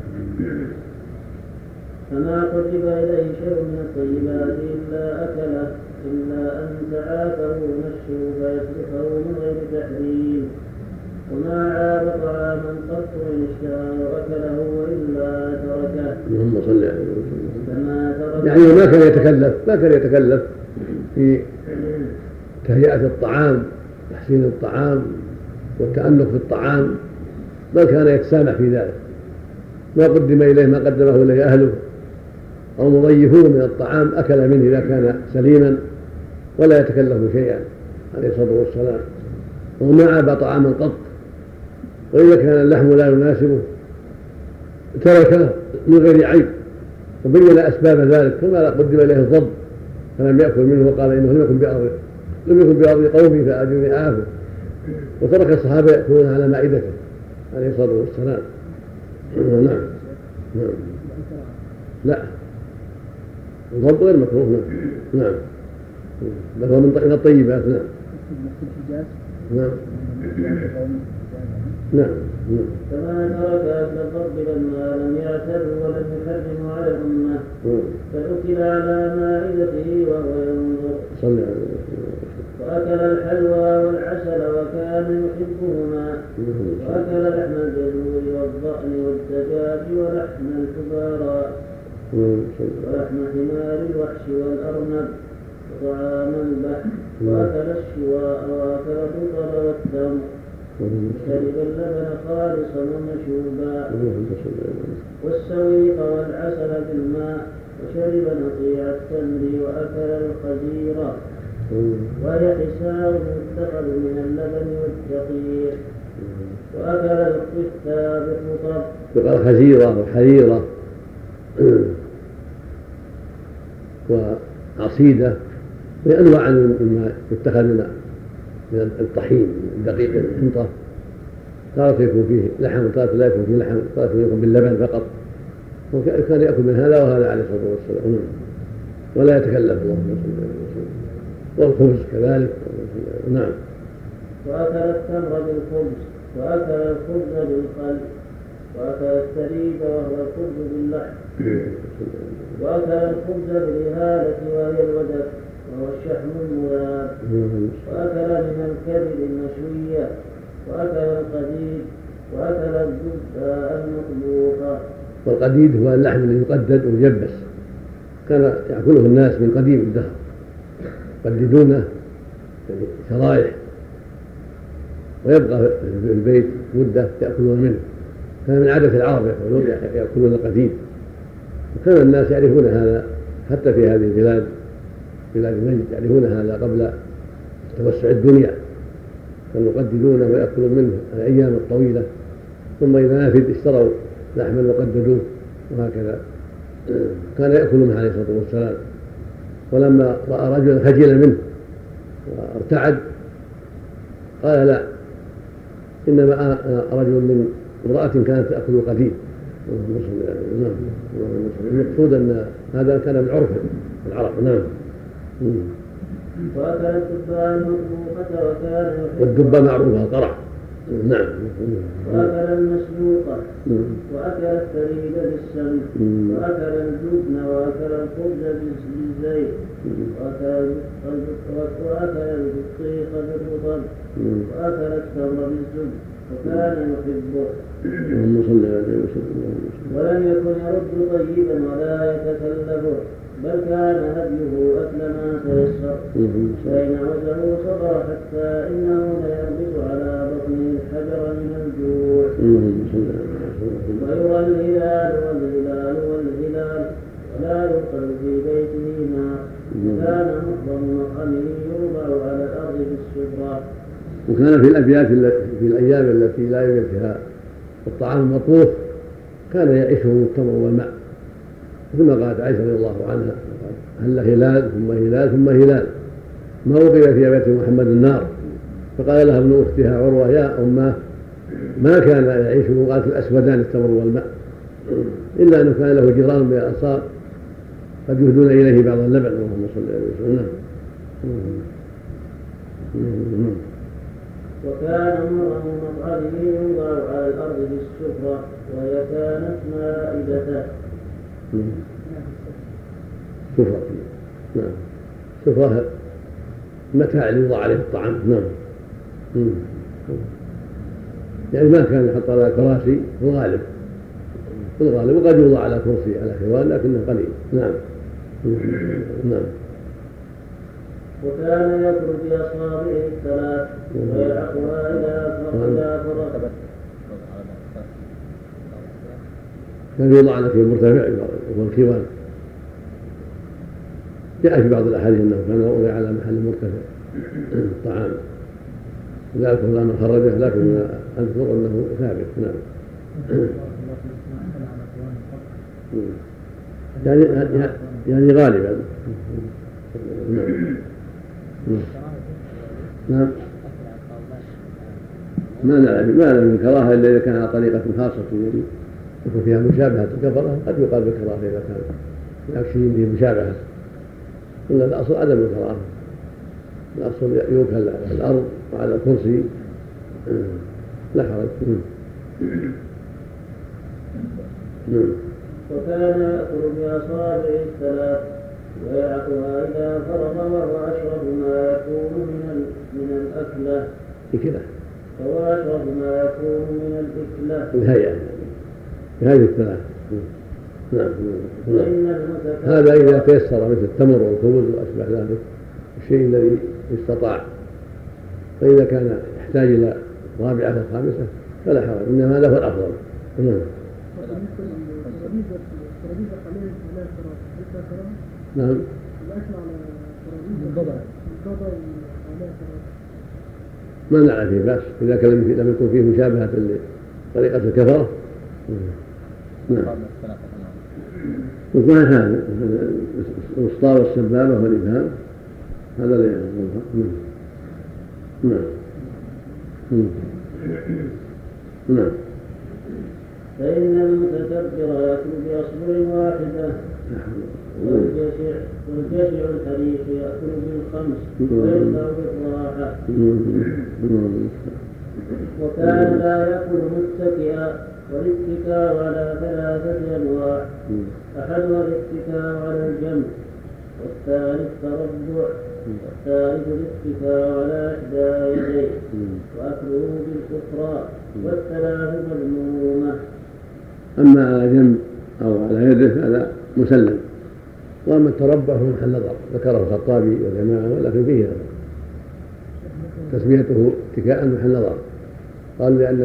فما قرب إليه شيء من الطيبات إلا أكله، إلا أن تعافه نفسه فيتركه من غير تحريم. وما عاب طعاما قط إن اشتهى وأكله وإلا تركه. اللهم صل عليه وسلم. كما ترك يعني ما كان يتكلف في تهيئة الطعام، تحسين الطعام والتأنق في الطعام، بل كان يتسامح في ذلك. ما قدم إليه ما قدمه إليه أهله أو مضيفوه من الطعام أكل منه إذا كان سليما ولا يتكلف شيئا عليه الصلاة والسلام. وما عاب طعاما قط، وإذا كان اللحم لا يناسبه تركه من غير عيب، وبين أسباب ذلك، كما قدم إليه الضب فلم يأكل منه وقال إنه لم يكن بأرض قومي فأجرني آكل، وترك الصحابة يأكلون على مائدته عليه الصلاة والسلام. نعم. لا الضب غير مكروه. نعم بل هو من الطيبات. نعم. نعم. كما ترك أكل الضب لما لم يعتدوا ولم يحرموا على الأمة، فأكل على مائدته وهو ينظر، وأكل الحلوى والعسل وكان يحبهما، وأكل لحم الجزور والضأن والدجاج ولحم الحبارى ولحم حمار الوحش والأرنب وطعام البحر، وأكل الشواء وأكل الرطب والتمر، وشرب اللبن خالصا ومشوبا، والسويق والعسل في الماء، وشرب نقيع التمر، وأكل الخزيرة وهي حساء متخذ من اللبن والدقيق، وأكل القثة بالرطب. يقال خزيرة وحريرة وعصيدة وأنواع مما يتخذ من الطحين، من دقيق الحنطة تارة يكون فيه لحم وتارة لا يكون فيه لحم، تارة يكون باللبن فقط، وكان يأكل من هذا وهذا عليه الصلاة والسلام، ولا يتكلف الله والخبز كذلك. نعم. وأكل التمر بالخبز، وأكل الخبز بالخل، وأكل الثريد وهو الخبز باللحم، وأكل الخبز بالإهالة وهي الودك وهو الشحم المذاب، وأكل من الكبد المشوية، وأكل القديد، وأكل الزبدة المطبوخة. والقديد هو اللحم الذي يقدد ويجبس، كان يأكله الناس من قديم الدهر، يقددونه يعني شرايح ويبقى في البيت مدة يأكلون منه، كان من عادة العرب يأكلون القديد، وكان الناس يعرفون هذا حتى في هذه البلاد، بلاد نجد يعرفون هذا قبل توسع الدنيا، كانوا يقددونه ويأكلون منه الأيام الطويلة، ثم إذا نفد اشتروا لحما وقددوه، وهكذا كان يأكل منه عليه الصلاة والسلام. ولما رأى رجلا خجلا منه وارتعد قال: لا، إنما أنا رجل من امرأة كانت تأكل القديد. المقصود أن هذا كان من عرف العرب. نعم. وأكل الدباء المطبوخة وكان والدباء معروفة القرع. نعم. وأكل المسلوقة، وأكل الثريد بالسمن، وأكل الجبن، وأكل الخبز بالزيت، وأكل البطيخ بالرطب، وأكل التمر بالزبد، وكان يحبه. ولم يكن يرد طيبا ولا يتكلفه، بل كان هديه أكل ما تيسر، فإن عوزه صبر حتى إنه ليربط على بطنه الحجر من الجوع. ويرى الهلال والهلال والهلال، ولا يقل في بيته ماء، كان مخضم مطعمه يوضع على الأرض بالسفرة. وكان في الأبيات في الأيام التي لا يوجد فيها الطعام المطبوخ كان يعيشه التمر والماء، ثم قالت عائشة رضي الله عنها: هل هلال ثم هلال ثم هلال، ما وقف في بيت محمد النار. فقال لها ابن أختها عروة: يا أماه، ما كان يعيشه، قالت: الأسودان التمر والماء، إلا أنه كان له جيران من الأنصار قد يهدون إليه بعض اللبن. اللهم صل عليه وسلم. وكان مرة مطعمه يوضع على الأرض بالسفرة، وهي كانت مائدته. سفرة. نعم. سفرة متاع اللي يوضع عليه الطعام. نعم. يعني ما كان يحط على كراسي في الغالب، وقد يوضع على كرسي على خوان لكنه قليل. نعم. نعم. وكان يأكل بأصابعه الثلاث ويلعقها إلى فرغ. كان يوضع على شيء مرتفع وهو الخوان. جاء في بعض الأحاديث أنه كان وضع على محل مرتفع الطعام، لا أذكر من خرجه لكن أذكر أنه ثابت. نعم. يعني غالبا. نعم. ما نعلم من كراهه الا اذا كان على طريقه خاصه يعني يكون فيها مشابهه الكفره، قد يقال بالكراهه اذا كان يكفي فيه مشابهه، ولا الاصل عدم الكراهه، الاصل يوكل على الارض وعلى الكرسي لا حرج. وكان يأكل بأصابعه الثلاث ويعقها إذا فرغ، وهو أشرب ما يكون من الأكلة. فهو أشرب ما يكون من الإكلة. بهذه الثلاث. نعم. هذا إذا تيسر مثل التمر والخبز وأشبه ذلك، الشيء الذي استطاع. فإذا كان يحتاج إلى رابعة أو خامسة فلا حرج، إنما هذا هو الأفضل. نعم. ما نعلم فيه بأس إذا كان لم يكن فيه مشابهة لطريقة الكفرة. نعم. وكان هذا الوسطى والسبابة والإبهام هذا لا يعلم. نعم. نعم. فإن المتكبر يأكل بأصبع واحدة والجشع الحريق يأكل بالخمس ويبدأ بالراحة. وكان لا يأكل متكئا، والاتكاء على 3 أنواع: أحدها الاتكاء على الجنب، والثالث تربع، والثالث الاتكاء على إحدى يديه، وأكله بالأخرى، والثلاث مذمومة. أما على جنب أو على يده هذا مسلم، وأما التربع هو محل نظر، ذكره الخطابي وجماعة ولكن فيه نظر، تسميته اتكاء محل نظر، قال لأن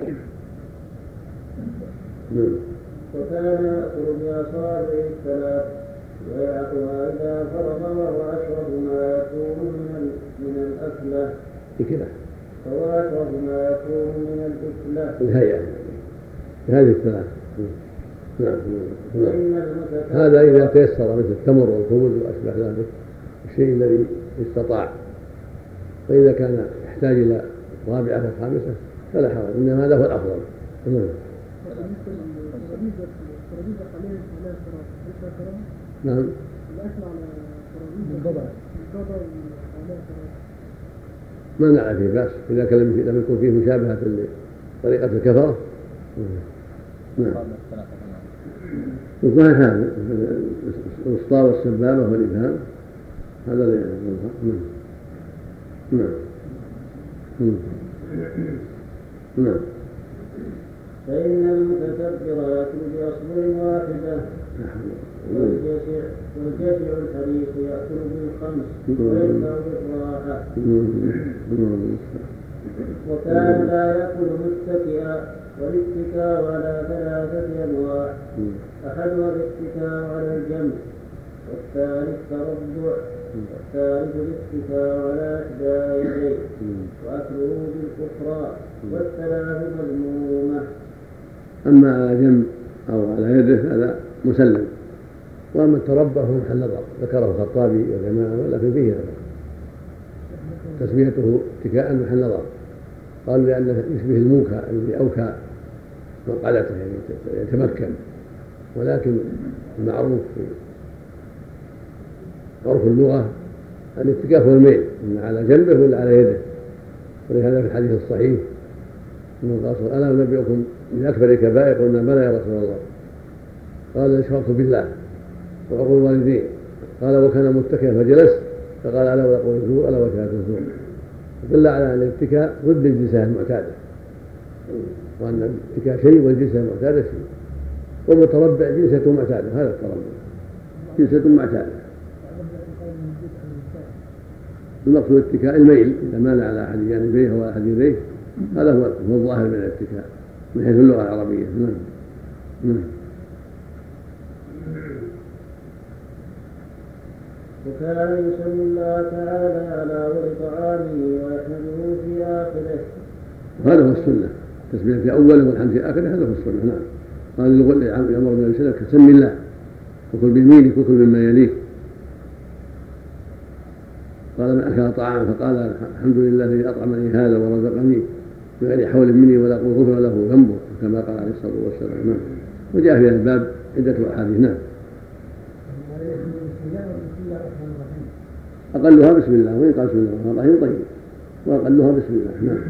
وكان يأكل بأصابعه 3 ويعطها إذا فرغ، وهو أشرب ما يكون من الأكلة. فهو أشرب ما يكون من الأكلة الهيئة هذه 3. نعم. هذا إذا تيسر مثل التمر والخبز وأشبه ذلك، الشيء الذي استطاع. فإذا كان يحتاج إلى 4 أو 5 فلا حرج، إنما هذا هو الأفضل. نعم. ما نعرف فيه بأس إذا كان لم يكن فيه مشابهة لطريقة الكفرة. نعم. الظاهر هذا الوسطى والسبابة والإبهام هذا اللي نعم. نعم. فإن المتكبر يأكل بأصبع واحدة والجشع الحريق يأكل بالخمس ويبدأ بالراحة. وكان لا يأكل متكئا، والاتكاء على 3 أنواع: أحدها الاتكاء على الجنب، والثالث تربع، والثالث الاتكاء على إحدى يديه، وأكله بالأخرى، والثلاث مذمومة. أما على جنب أو على يده هذا مسلم، وأما التربع هو محل نظر، ذكره الخطابي وجماعة ولكن فيه نظر، تسميته اتكاء محل نظر، قالوا لأنه يشبه الموكى الذي أوكى مقعدته يعني يتمكن، ولكن المعروف في عرف اللغة الاتكاء هو الميل، إما على جنبه ولا على يده. ولهذا في الحديث الصحيح أنه قال: ألا أنبئكم بأكبر الكبائر؟ قلنا: بلى يا رسول الله. قال: الإشراك بالله وعقوق الوالدين. قال: وكان متكئا فجلس، فقال: ألا وقول الزور، ألا وشهادة الزور. دل على أن الاتكاء ضد الجلسة المعتادة، وأن الاتكاء شيء والجلسة المعتادة شيء، والمتربع جلسة معتادة. هذا التربع جلسة معتادة. المقصود الاتكاء الميل، إذا مال على أحد جانبيه أو أحد يديه، هذا هو الظاهر من الاتكاء من حيث اللغة العربية. نعم. وكان يسمي الله تعالى على طعامه ويحمده في آخره. هذا هو السنة، التسمية في أوله والحمد في آخره، هذا هو السنة. نعم. قال يأمر النبي صلى الله عليه وسلم: سم الله وكل بيمينك وكل مما يليك. قال: من أكل طعاما فقال: الحمد لله الذي أطعمني هذا ورزقني بغير حول مني ولا قوة، غفر له ذنبه، كما قال عليه الصلاة والسلام. نعم. وجاء في الباب عدة أحاديث. نعم. أقلها بسم الله، وإن قال بسم الله الرحمن الرحيم طيب، وأقلها بسم الله. نعم.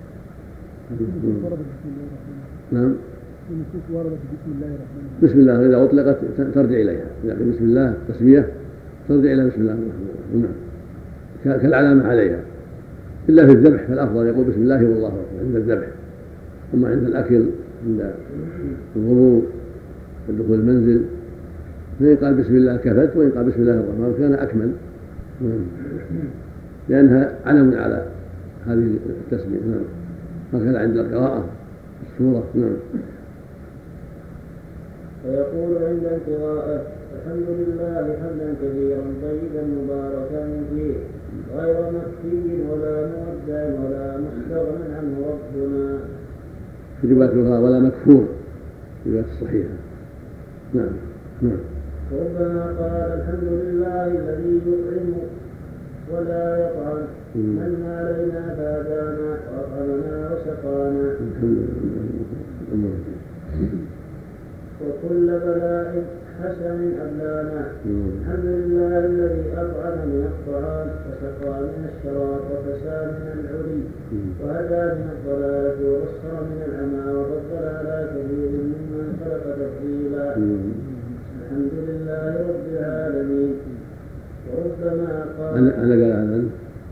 نعم. بسم الله إذا أطلقت ترجع إليها، يعني بسم الله تسمية ترجع إلى بسم الله الرحمن الرحيم. نعم. كالعلامة عليها، إلا في الذبح فالأفضل يقول بسم الله والله أكبر عند الذبح. أما عند الأكل، عند الوضوء، عند دخول المنزل، فإن قال بسم الله كفت، وإن قال بسم الله الرحمن الرحيم كان أكمل، لأنها علم على هذه التسمية. نعم. هكذا عند القراءة السورة. نعم. ويقول عند القراءة: الحمد لله حمدا كثيرا طيبا مباركا فيه، غير مكفي ولا مودع ولا مستغنى عنه ربنا. في رواية الأخرى: ولا مكفور، في رواية الصحيحة. نعم. نعم. ربنا قال: الحمد لله الذي يطعم ولا يطعم، من علينا فهدانا وأطعمنا وسقانا وكل بلاء حسن أبلانا. الحمد لله الذي أطعم من الطعام وسقى من الشراب وكسى من العري وهدى من الضلالة وبصر من العمى وفضل على كثير ممن خلق تفضيلا. الحمد لله رب العالمين. وربما قال أنا قال هذا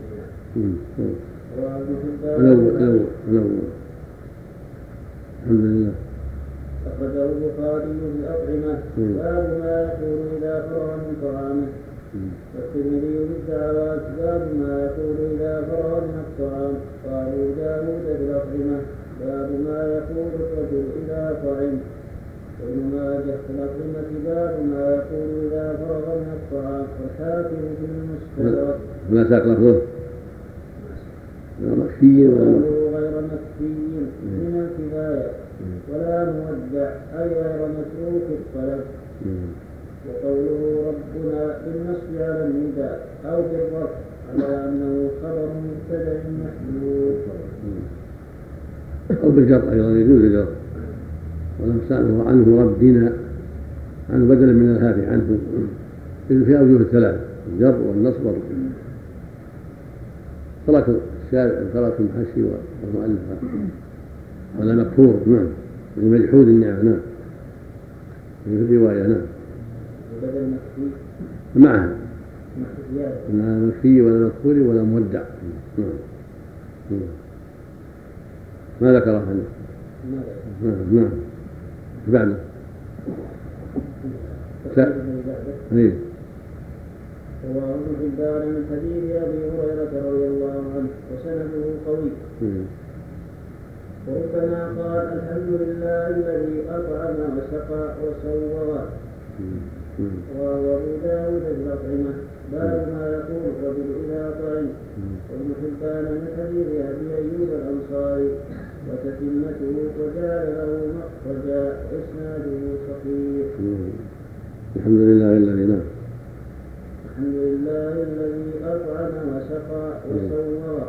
الحمد لله. أخرجه البخاري في الأطعمة باب ما يقول إذا فرغ من طعامه، والترمذي في الدعوات باب ما يقول إذا فرغ من الطعام، قالوا داود في الأطعمة باب ما يقول الرجل إذا طعم، وابن ماجه في الأطعمة باب ما يقول إذا فرغ من الطعام، والحاكم في المستدرك ما ساق لفظه مكفي غير مكفي من الكفاية ولا مودع أي غير متروك الطلب. وقوله ربنا بالنصب على النداء أو بالرفع على أنه خبر مبتدأ محذوف أو بالجر أيضا يجوز الجر، ونفسانه عنه ربنا عنه بدلا من الهافي عنه في أوجه الثلاث الجر والنصب والرفع. ترك المحشي والمؤلف ولا مكفور نعم المجحود النعم نعم في الرواية نعم بدل مكفي معها لا مكفي ولا مكفور ولا مودع نعم. ما ذكره عنه نعم بعده ايه رواه ابن حبان من حديث ابي هريره رضي الله عنه وسنده قوي. وربما قال الحمد لله الذي اطعم وسقى وسوغ. وهو ابو داود في الاطعمه باب ما يقول الرجل اذا طعم. وابن حبان من حديث ابي ايوب الانصاري وتتمته وجعل له مخرجا اسناده صحيح. الحمد لله الذي نعم الحمد لله الذي أطعم وسقى وسوّر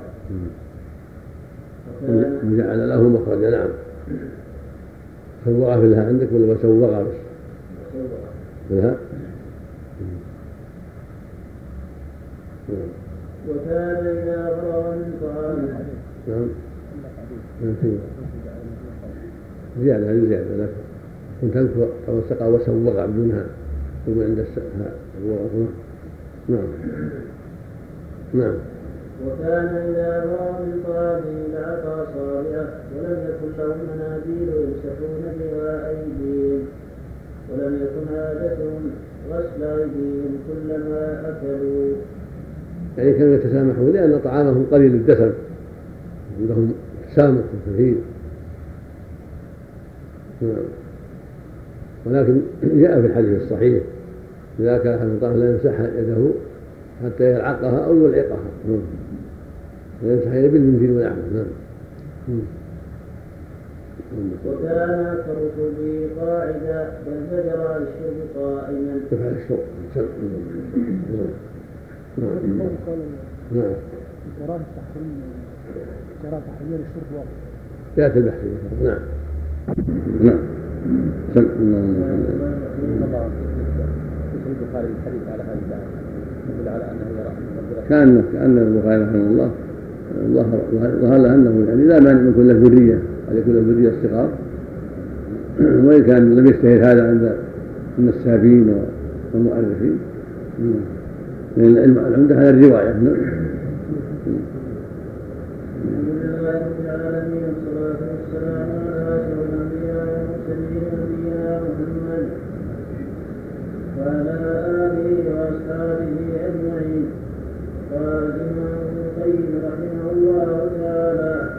وجعل له مخرجا نعم. سوّغ في الها عندك ولا سوّغ بس؟ في الها. وكان إذا فرغ من طعامه نعم زيادة لك كنت أذكر سقى وسوّغ بدونها يقول عند السقها نعم. وكان إذا فرغ من طعامه لعقى أصابعه ولم يكن لهم مناديل يمسحون بها أيديهم ولم يكن عادتهم غسل أيديهم كلما أكلوا. يعني كانوا يتسامحون لأن طعامهم قليل الدسم عندهم تسامح كثير ولكن جاء في الحديث الصحيح إذا كان أحد طعام لا يمسح يده حتى يلعقها أو يلعقها ويمسح يده بالمنزل والأعمى. وكان أكثر شربه قاعدا بل زجر عن الشرب قائما. يفعل الشرب نعم. وراء التحريم جرى تحرير الشرب واضح. يأتي البحث نعم. البخاري الحديث على هذه الآية يدل على أنه يرى كأن البخاري رحمه الله ظهر له أنه يعني لا مانع من كل الذرية قد يكون الذرية الصغار وإن كان لم يشتهر هذا عند النسابين والمؤرخين لأن العمدة على الرواية. الحمد لله رب العالمين والصلاة والسلام على أشرف الأنبياء والمرسلين نبينا محمد وعلى آله وأصحابه أجمعين. قال الإمام ابن القيم رحمه الله تعالى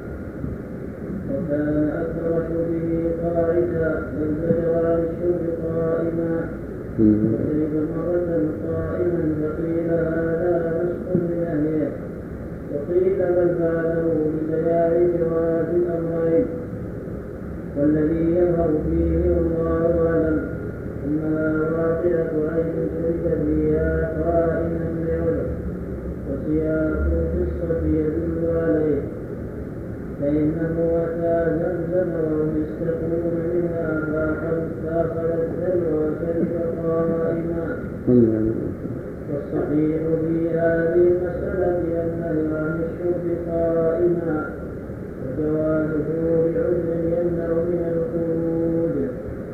وكان أكثر شربه قاعدا بل زجر عن الشرب قائما وشرب مرة قائما فقيل هذا نسخ بنهيه وقيل بل فعله ببيان جواز الأمرين والذي يظهر فيه والله أعلم أنها واقعة عين شرب فيها قائما بعذر وسياق القصة يدل عليه فإن أنه أتى زمزم وهم يستقون منها فأخذ الدلو وشرب قائما. والصحيح في هذه المسألة أنه عن الشرب قائما وجوازه بعذر يمنع من الخروج.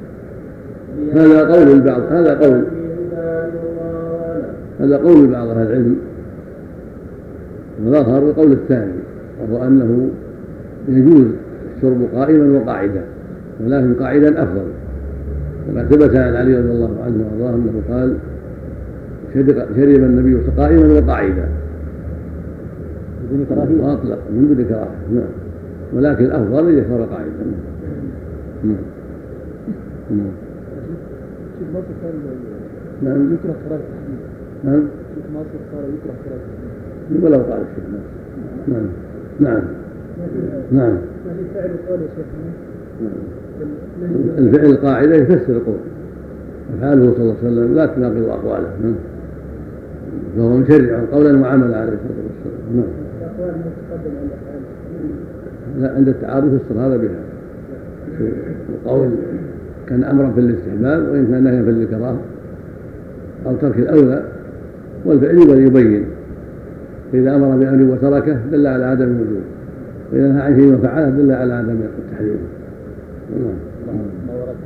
هذا قول بعض أهل العلم، والآخر القول الثاني وهو أنه يجوز الشرب قائما وقاعدا، ولكن قاعدا أفضل، كما ثبت عن علي رضي الله عنه وارضاه أنه قال شرب النبي قائما وقاعدا وأطلق من دون كراهة. نعم، ولكن الأفضل أن يشرب قاعدا. نعم يكره قراءة التحديد. نعم الشيخ ناصر قال يكره قراءة التحديد. ولو قال الشيخ ناصر. نعم نعم. فعل القول يا شيخنا. الفعل القاعدة يفسر القول، أفعاله صلى الله عليه وسلم لا تناقض أقواله. فهو مشرع قولا وعملا عليه الصلاة والسلام. نعم. الأقوال المتقدمة عند الأفعال. لا، عند التعارض يفسر هذا بها. القول كان أمرا في الاستحباب وإن كان نهيا في الكراهة أو ترك الأولى، والفعل يبين، فإذا أمر بأمر وتركه دل على عدم الوجوب، وإذا نهى عن شيء وفعله دل على عدم التحريم. ما ورد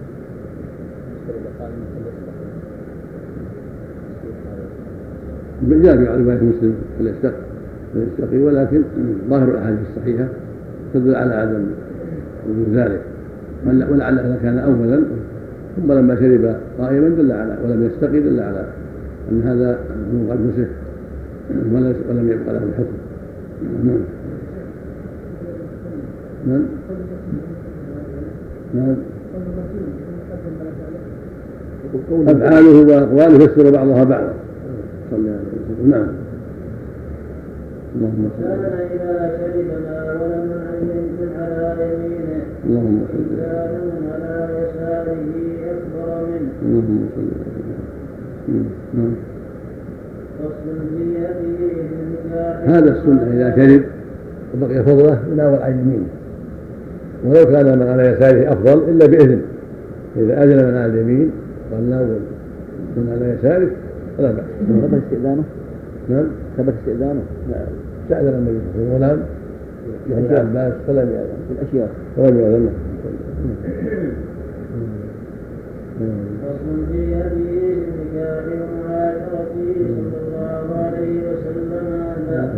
جاء في رواية مسلم فليستقي، ولكن ظاهر الأحاديث الصحيحة تدل على عدم وجود ذلك، ولعل هذا كان أولا، ثم لما شرب قائما دل على ولم يستقي دل على أن هذا قد مسح ولم يبقى له الحكم. نعم نعم. أفعاله وأقواله يفسر بعضها بعضا. صلى عليه وسلم. نعم. اللهم صل كان إذا شرب ناول من يمكن على يمينه، اللهم صل كان من على يساره أكبر منه. اللهم صل على نعم. فصل في هذه النكاح. هذا السنة إذا شرب وبقي فضله يناول عن يمينه، ولو كان من على يساره أفضل إلا بإذن، إذا أذن من على اليمين قال ناول من على يساره فلا بأس. ثبت استئذانه؟ نعم ثبت استئذانه؟ نعم. استأذن النبي صلى الله عليه وسلم غلام ابن عباس فلم يأذن في الأشياء فلم يأذن. فصل في هذه النكاح ومعاشرته صلى الله عليه وسلم هذا.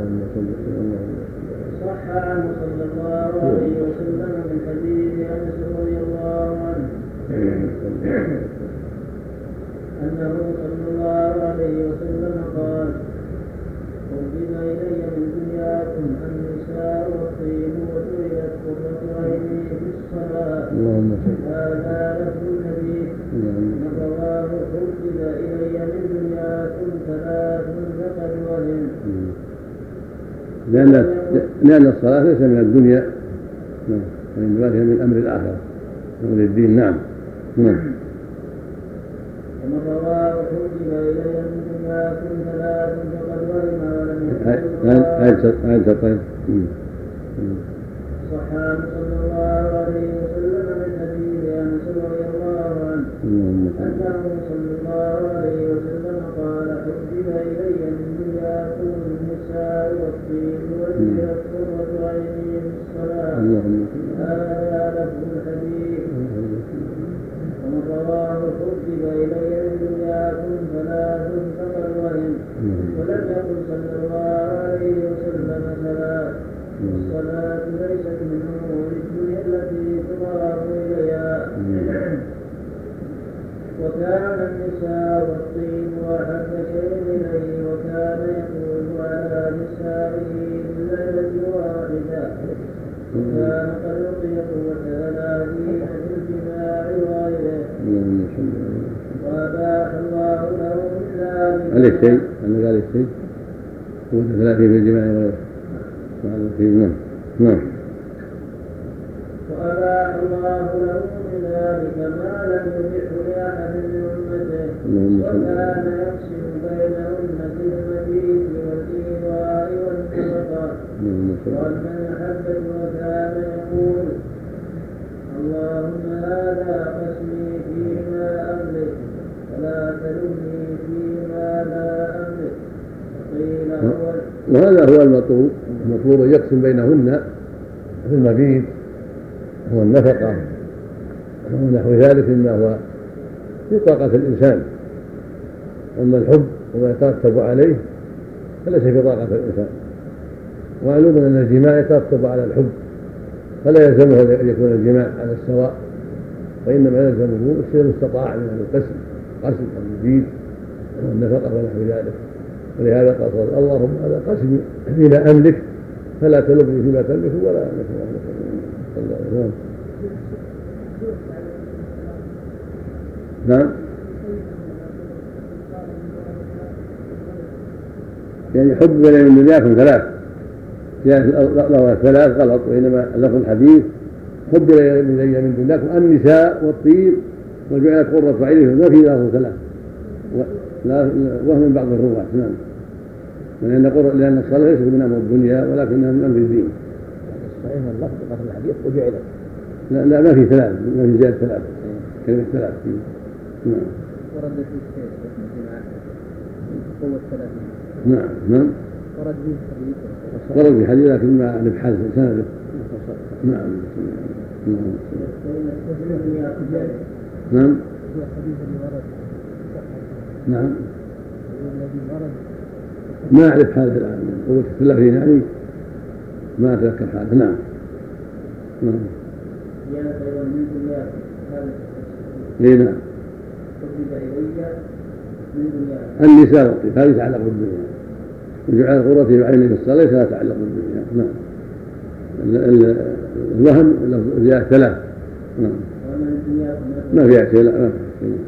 صح عنه صلى الله عليه وسلم من حديث أنس رضي الله عنه أنه صلى الله عليه وسلم قال: قرب إلي من دنياكم النساء والطين وجعلت قرة عيني في الصلاة. هذا لفظ النبي. من رواه قرب إلي من دنياكم ثلاث فقد وهم. لأن الصلاة ليس من الدنيا، وإنما هي من أمر الآخرة، أمر الدين. نعم. ومن رواه حجب إلي من دنياكم ثلاث فقد وهم ولم يحل. صح عنه صلى الله عليه وسلم من حديث أنس رضي الله عنه أنه صلى الله عليه وسلم قال: حجب إلي من دنياكم النساء والطين وجعلت قرة عيني في الصلاة. هذا لفظ الحديث. ومن رواه حجب إلي من دنياكم ثلاث فقد وهم ولم يقل صلى الله عليه وسلم ثلاث. والصلاة ليست من أمور الدنيا التي تضاف إليها. وكان النساء والطين أحب شيء إليه، وكان يقول على نسائه بالليلة واحدة، وكان قد يعطي قوة ثلاثين في الجماع وغيره. وأباح الله له من ذلك. عليه شيء؟ أنا قال شيء؟ قوة 30 في الجماع وغيره. نعم. وأباح الله له من ذلك ما لم يبح لأحد من أمته، وكان يقسم بينهن في المبيت والإيواء والنفقة. وأما المحبة وكان يقول وهذا هو المطلوب أن يقسم بينهن في المبيت هو النفقة ونحو ذلك مما هو في طاقة الإنسان. أما الحب وما يترتب عليه فليس في طاقة الإنسان. ومعلوم أن الجماع يترتب على الحب فلا يلزمه أن يكون الجماع على السواء، وإنما يلزمه الشيء المستطاع من القسم المبيت والنفقة ونحو ذلك. ولهذا قال اللهم هذا قسمي فيما أملك فلا تلغني فيما تملك ولا أملك. نعم. يعني حب بين من دنياكم ثلاث، يعني لو ثلاث غلط، وإنما لفظ الحديث حب إلي من دنياكم النساء والطيب وجعلت قرة عينهم، ما في لفظ ثلاث وهم من بعض الرواة. نعم. لأن الصلاة ليست من أمر الدنيا ولكنها من أمر الدين. صحيح اللفظ لفظ الحديث وجعلت. لا ما في ثلاث، ما في زيادة ثلاث، كلمة ثلاث. نعم. ورد في الشيخ الجماعة قوة ثلاثين. نعم. ورد في حديث لكن ما نبحث سنده. نعم. نعم. نعم. ما أعرف حالة الآن قوة الثلاثين يعني ما أتذكر حالة. نعم. اي نعم. النساء والطيب هذه يتعلق بالدنيا، وجعل غرته بعينه في الصلاة لا يتعلق بالدنيا. نعم. الوهم زيادة ثلاث. نعم. ما فيها شيء. لا ما فيها شيء.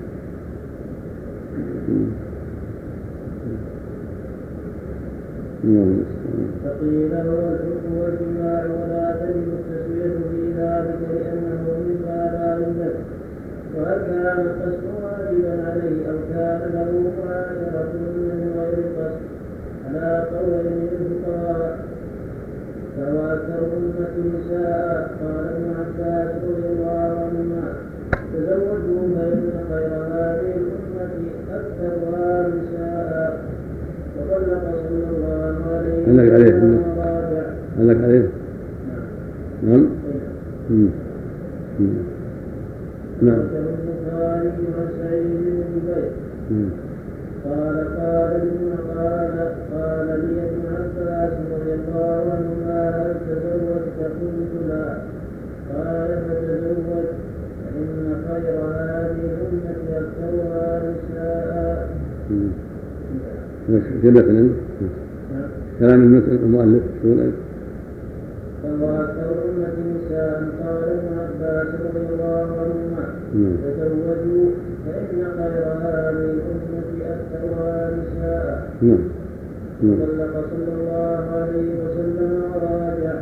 فقيل هو الحكم والجماع ولا تجب التسوية في ذلك لأنه مما لا يملك. وهل كان القسم واجبا عليه أو كان له معاشرة من غير القسم على قولين للفقهاء. فهو أكثر أمة نساء. قال ابن عباس رضي الله عنهما تزوجوا فإن خير هذه الأمة أكثرها نساء. وطلق صلى الله عليه وسلم رابع. هلك عليه. نعم. نعم. البخاري عن سعيد بن جبير قال لي ابن عباس رضي الله عنهما هل تزوجت؟ قلت لا. قال فتزوج فإن خير هذه الأمة أكثرها نساء. كلام المؤلف فهو أكثر أمة نساء. قال ابن عباس رضي الله عنهما تزوجوا فإن خير هذه الأمة أكثرها نساء. طلق صلى الله عليه وسلم وراجع.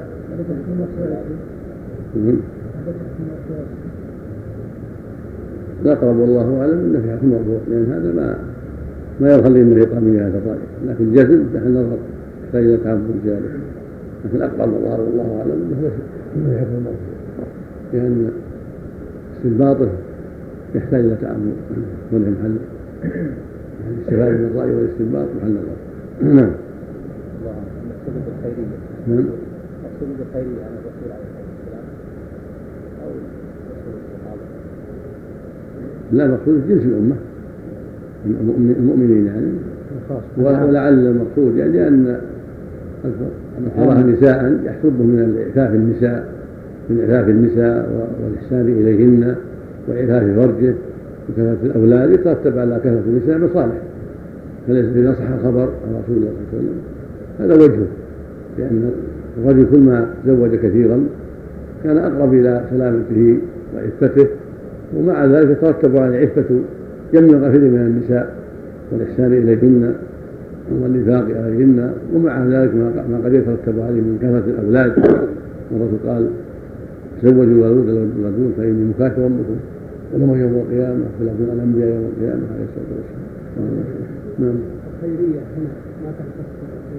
الأقرب والله أعلم أنه في حكم مرفوع، لأن هذا ما يخلي أنه يقام به هذا الرأي، لكن الجزم نحن نظر يحتاج إلى تعبد ذلك. لكن الأقرب والله أعلم أنه في حكم مرفوع، لأن استنباطه يحتاج إلى تعبد وله محل الاستفادة من الرأي والاستنباط محل الرأي. نعم. المقصود بالخيرية. نعم. المقصود بالخيرية عن الرسول عليه الصلاة والسلام أو رسول الصحابة. لا، المقصود جنس الأمة المؤمنين يعني، ولعل المقصود يعني لأن أكثرها نساء يحسبهم من إعفاف النساء والإحسان إليهن وإعفاف فرجه وكثرة الأولاد يترتب على كثرة النساء مصالح. فليس إذا صح الخبر عن رسول الله صلى الله عليه وسلم هذا وجهه، لأن الرجل كل ما تزوج كثيرا كان أقرب إلى سلامته وعفته، ومع ذلك يترتب على عفة جميع غفير من النساء والإحسان إليهن والإنفاق عليهن، ومع ذلك ما قد يترتب عليه من كثرة الأولاد. والرسول قال تزوجوا الولود فإني مكاثر بكم ولهم يوم القيامة فلكم الأنبياء يوم القيامة عليه الصلاة والسلام. نعم. الخيرية هنا ما تختص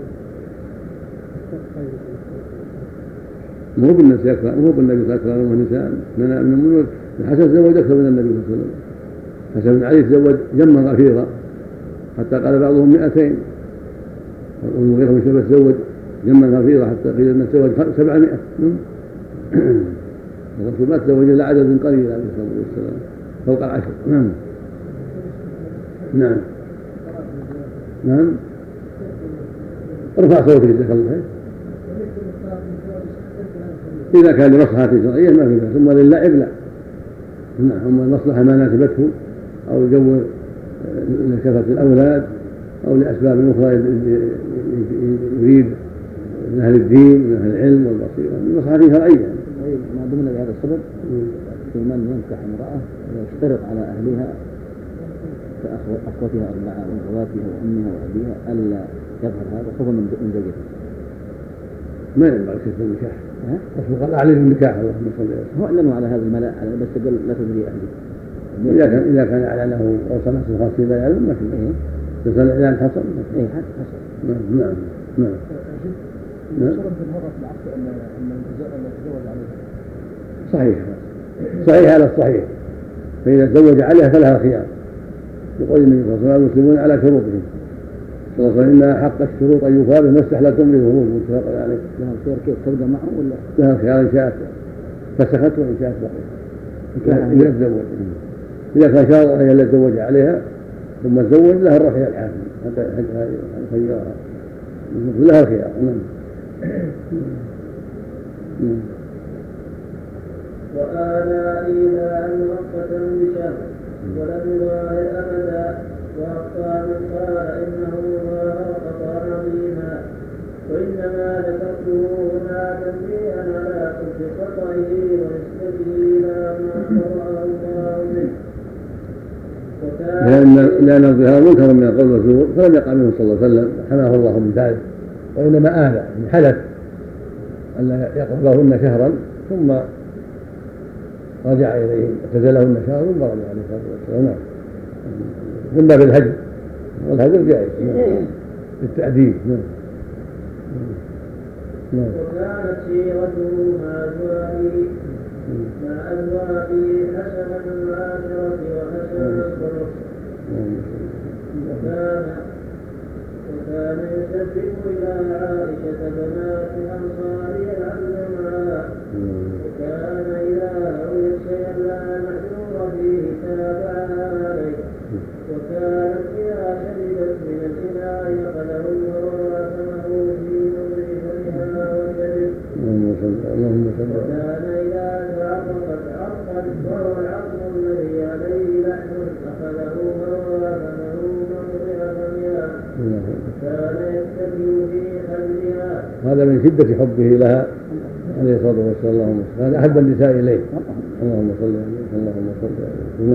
مو بالنساء أكثر، مو بالنبي أكثر من النساء. من الحسن تزوج أكثر من النبي صلى الله عليه وسلم. حسن بن علي تزوج جمّا غفيرا حتى قال بعضهم 200، والمغيرة بن شعبة تزوج جمع فريضة حتى قيل أنه تزوج 700. الرسول ما تزوج إلا عدد قليل عليه الصلاة والسلام فوق 10. نعم نعم نعم. ارفع صوتك جزاك الله خير. إذا كان لمصلحة شرعية ما في بأس، ثم للعب لا. نعم، أما المصلحة ما ناسبته أو جو لكثرة الأولاد أو لأسباب أخرى يريد من أهل الدين من أهل العلم والبصيرة المصلحة شرعية. ما ضمن هذا السبب في من ينكح امرأة ويشترط على أهلها كأخوتها 4 وأخواتها وأمها وأبيها ألا يظهر هذا خوفا من زوجته. ما ينبغي كتب النكاح. الرسول قال أعلن النكاح اللهم صل وسلم. هو أعلنوا على هذا الملأ بس قال لا تدري أهلي. إذا كان أعلنه أو سمعت الخاصين لا يعلم ما في. بس الإعلان حصل. إيه حصل. نعم نعم. شرط المرأة في العقد أن يتزوج عليها. صحيح على الصحيح. فإذا تزوج عليها فلها خيار. يقول النبي صلى الله عليه وسلم المسلمون على شروطهم. صلى الله عليه وسلم إن حق الشروط أن يفاضل ما استحللتم به الخروج متفق عليه. لها الخيار كيف تبقى معه ولا؟ لها الخيار إن شاءت فسخته وإن شاءت بقيت. إذا تزوج إذا كان شرط أن يتزوج عليها ثم تزوج لها الروح إلى الحاكم حتى خيرها لها الخيار. وآلى إلى أن وقتا بشهر ولم يظاهر أبدا وأخطأ من قال إنه ظاهر خطأ عظيما وإنما ذكرته هنا تنبيها على قدر خطئه ونسبته إلى ما قرأه الله منه. لأن الظهار منكر من القول والزور فلم يقع منه صلى الله عليه وسلم حماه الله من ذلك، وإنما آلى من حدث أن يقبلهن شهرا ثم رجع إليه اعتزلهن شهرا ثم رجع عليه الصلاة والسلام. من باب الهجر والهجر جائز للتأديب. وكانت سيرته مع أزواجه حسنا العاشرة وحسنا الخلق وكان يسبح إلى عائشة بنات الأنصار يلعنها وكان إذا رؤي شيئا لا محذور فيه تابعها عليه وكانت إذا شربت من الإناء أخذه ورثمه في نظرها وكذب وكان إذا تعرقت عرقا وهو العظم الذي عليه لحم أخذه ورثمه موضع فمها كان يتبع في خلها. هذا من شدة حبه لها عليه الصلاة والسلام. هذا أحب النساء إليه. اللهم صل عليه اللهم صل عليه.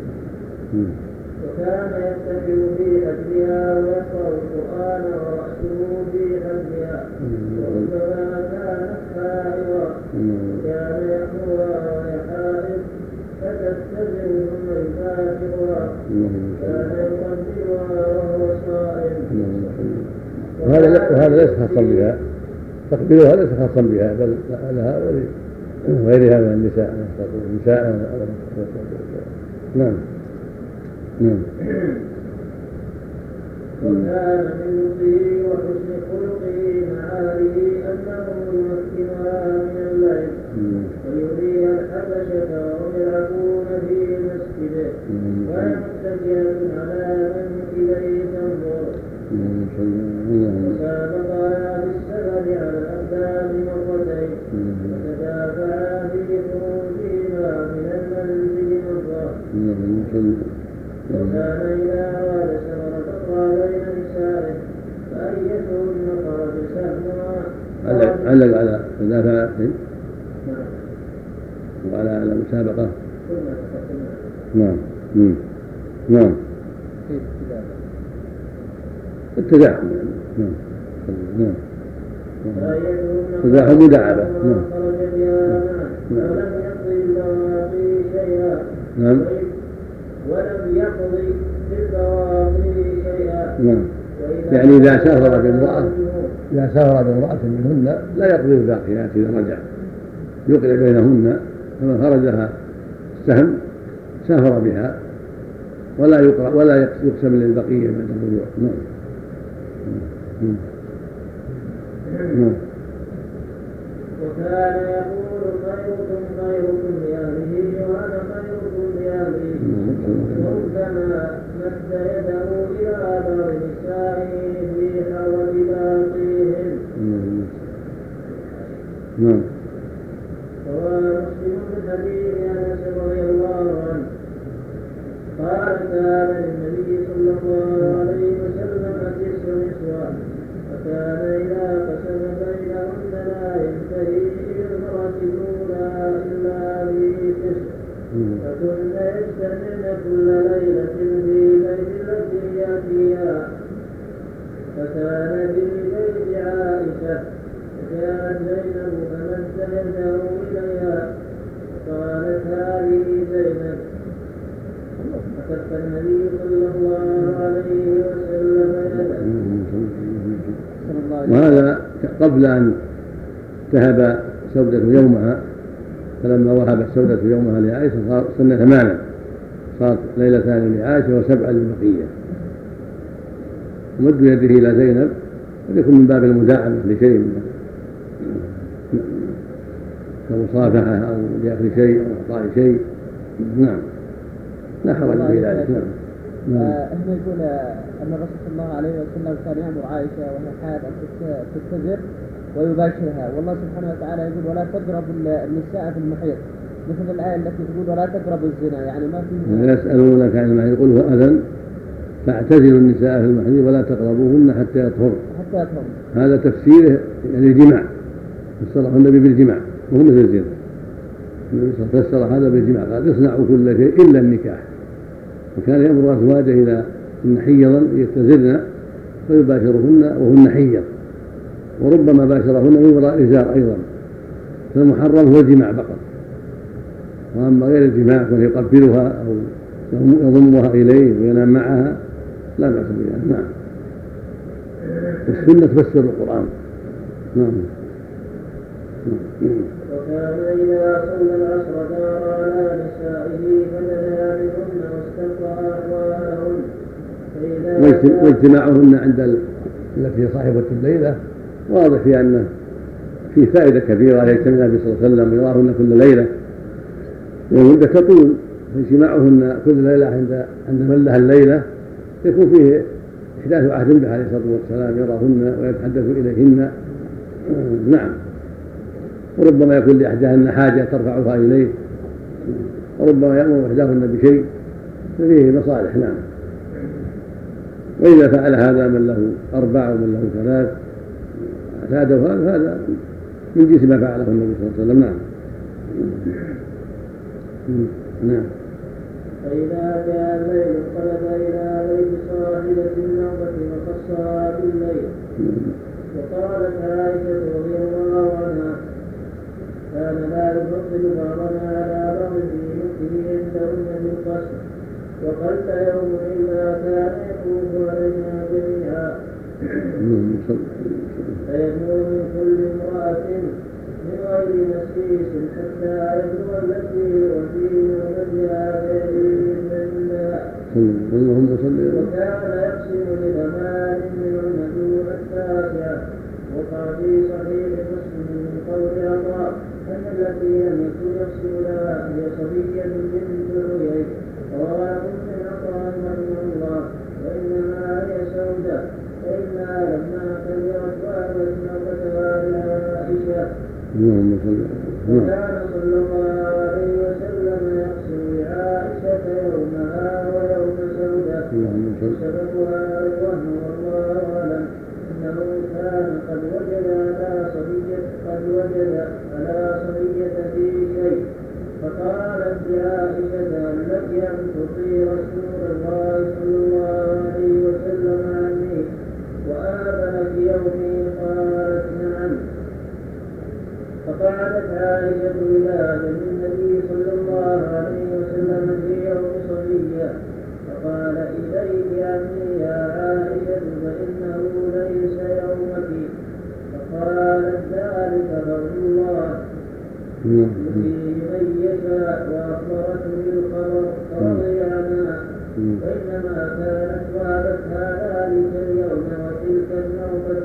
وكان يتبع في خلها ويقرأ القرآن ورأسه في خلها وربما كانت حائضا كان يأمرها وهي حائض فتتبع ثم يباشرها كان يقبلها وهو صائم. وهذا ليس خاصا بها، تقبيلها ليس خاصا بها بل لها وغيرها من النساء نعم. وكان من لطفه وحسن خلقه مع اهله انه يمكنها من الليل ويريها الحبشه وهم يلعبون في مسجده ويتكئ على من اليه تنظر وسابقها بالسبب على الأبدان مرتين وتدافعا في خروجهما من المنزل مرة وكان إذا أراد سفر فقال بين نسائه فأيتهن خرج سهمها علق على تدافع وعلى مسابقة. نعم التداعم. تداعم مداعبة. ولم يقضي بالبواقي شيئا. يعني إذا سافر بامرأة منهن لا يقضي الباقيات إذا رجع يقضي بينهن فمن خرجها السهم سافر بها ولا يقسم للبقية بعد الرجوع. وكان يقول خيركم خيركم لأهله وأنا خيركم لأهلي. وربما مد يده إلى بعض نسائه في حول باقيهم. رواه مسلم من حديث أنس رضي الله عنه قال كان للنبي صلى الله عليه وسلم 9 نسوة فكان إذا قسم بينهن لا ينتهي إلى المرأة الأولى إلا ب9 فكن يجتمعن كل ليلة في بيت التي يأتيها. فكان في بيت عائشة فكانت زينب فمد يده إليها قالت هذه زينب فكف النبي صلى الله عليه وسلم يده. وهذا قبل أن تهب سودة يومها، فلما وهبت سودة يومها لعائشة صار 8 صارت ليلتان لعائشة و7 للبقية. ومد يده إلى زينب يكون من باب المداعمة لشيء كمصافحة أو لأكل شيء أو إعطاء شيء. نعم لا حرج في ذلك. هنا يقول أن الرسول صلى الله عليه وسلم كان يأمر عائشة وهي حائض أن تستزر ويباشرها، والله سبحانه وتعالى يقول ولا تقرب النساء في المحيط، مثل الآية التي تقول ولا تقرب الزنا، يعني ما في. يسألونك عن المحيط قل هو أذن فاعتزلوا النساء في المحيط ولا تقربوهن حتى يطهرن. هذا تفسيره يعني الجماع، فسره النبي بالجماع وهو مثل الزنا. النبي فسر هذا بالجماع قال اصنعوا كل شيء إلا النكاح. وكان يأمر أزواجه إذا كن حيضا يتزرن فيباشرهن وهن حيض، وربما باشرهن من وراء إزار أيضا. فالمحرم هو الجماع فقط، وأما غير الجماع كان يقبلها أو يضمها إليه وينام معها لا بأس بها. نعم السنة تفسر القرآن. نعم. وكان إذا صلى العصر دار على نسائه فنهى منهن واستلقى أحوالهن. واجتماعهن عند التي صاحبة الليلة واضح في أنه فيه فائدة كبيرة يجتمع النبي صلى الله عليه وسلم يراهن كل ليلة، والمدة تطول، فاجتماعهن كل ليلة عند من لها الليلة يكون فيه إحداث عهد به عليه الصلاة والسلام، يراهن ويتحدث إليهن. نعم. وربما يكون لإحداهن حاجة ترفعها إليه، وربما يأمر إحداهن بشيء ففيه مصالح. نعم. وإذا فعل هذا من له 4 ومن له 3 اعتادوا هذا من جنس ما فعله النبي صلى الله عليه وسلم. نعم. نعم. فإذا جاء الليل انقلب إلى بيت صاحبة النوبة وخصها بالليل. وقالت عائشة رضي الله عنها كان لا يفضل بعضنا على بعض في ملكه عندهن بالقصر، وقل يوم إلا كان يطوف علينا جميعا فيدنو من كل امرأة من غير مسيس حتى يبلغ التي وفيه ونبيها بيديهن. وكان يقسم ل8 منهن دون 9. وقع في صحيح مسلم من قول عطاء أن التي لم يكن يقسم لها هي صفية بنت حيي. رواه من عطاء رحمه الله وإنما هي سودة، فإنها لما كبرت وأبت نوبتها لعائشة. وكان صلى الله عليه وسلم يقسم لعائشة يومها ويوم سودة، وسببها رضوانه والله أعلم أنه كان قد وجد على صبية في شيء، فقالت لعائشة لك أن تطيع رسول الله صلى الله عليه وسلم عني وآبلك يومي؟ قالت نعم. فقعدت عائشة إلى جنب النبي صلى الله عليه وسلم في يوم صبية فقال إليك عني يا عائشة فإنه ليس يومك. فقالت ذلك فضل الله يؤتيه من يشاء وأخبرته بالخبر فرضي عنها، وإنما كانت وعدتها ذلك اليوم وتلك النوبة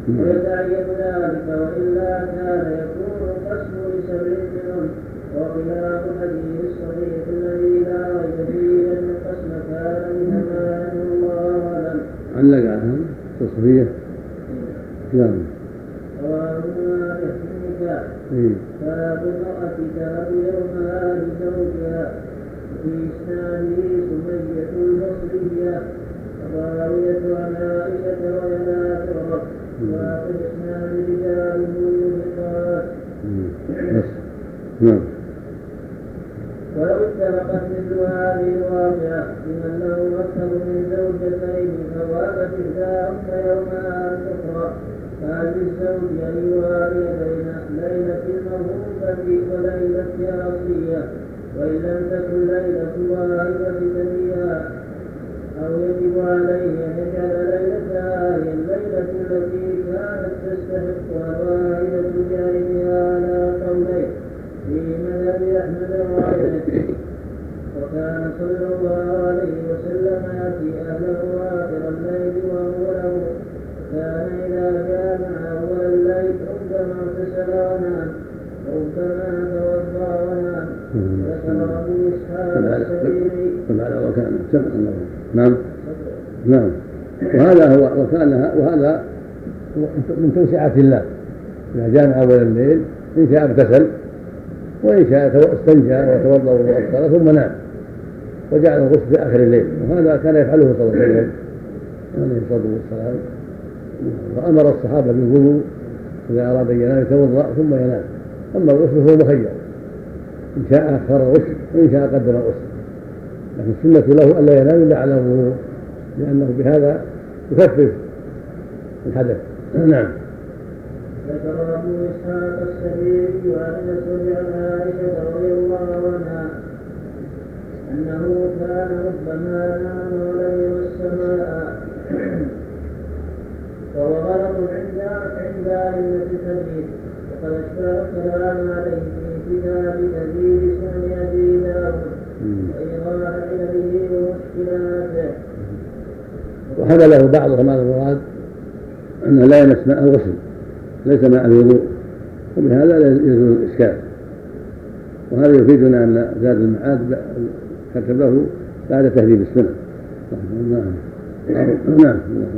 ويتعين ذلك وإلا كان يكون القسم ل7 منهم وخلاف الحديث الصحيح الذي لا ريب فيه أن القسم كان لثمان والله أعلم. علق على هذا تصفية. نعم. وهما النكاح باب المرأة تهب يومها لزوجها في إسناده سمية البصرية وراوية عن عائشة ويلا فرق وفي الإسناد رجاله ثقات. ولو اتفقت مثل هذه الواقعة بمن له أكثر من زوجتين فوابت إحداهما يومها الأخرى فهل للزوج أن يواري بين ليلة المرهوبة وليلة أصلية وإن لم تكن ليلة واحدة تليها أو يجب عليه أن يجعل ليلتها هي الليلة التي كانت تستحقها الواحدة بجانبها على قولين في مذهب أحمد وغيره. وكان صلى الله عليه وسلم يأتي أهله آخر الليل وهو له كان إذا جامع أول الليل ربما اغتسل ونام ربما توضأ ونام. ذكر أبو إسحاق السبيعي. نعم. وهذا وهذا من توسعة الله. إذا جامع أول الليل إن شاء اغتسل وإن شاء استنجى وتوضأ وأفطر ثم نام وجعل الغسل في آخر الليل. وهذا كان يفعله صلى الله عليه وسلم عليه الصلاة والسلام. وأمر الصحابة بالوضوء إذا أراد أن ينام يتوضأ ثم ينام. أما الغسل هو مخير إن شاء أخر الغسل وإن شاء قدم الغسل لكن السنة له ألا ينام إلا على الوضوء لأنه بهذا يخفف الحدث. نعم. ذكر أبو إسحاق السبيعي وعن أنس عن عائشة رضي الله عنها أنه كان ربما نام ولم يمس السماء وهو غلط عند أئمة الحديث وقد أشبه الكلام عليه في كتاب تهذيب سنن أبي داود وإيضاح علمه ومشكلاته. وهذا له بعضهم هذا المراد أنه لا يمس ماء الغسل ليس ماء الوضوء وبهذا لا يزول الإشكال. وهذا يفيدنا أن زاد المعاد كتب له بعد تهذيب السنة. نعم.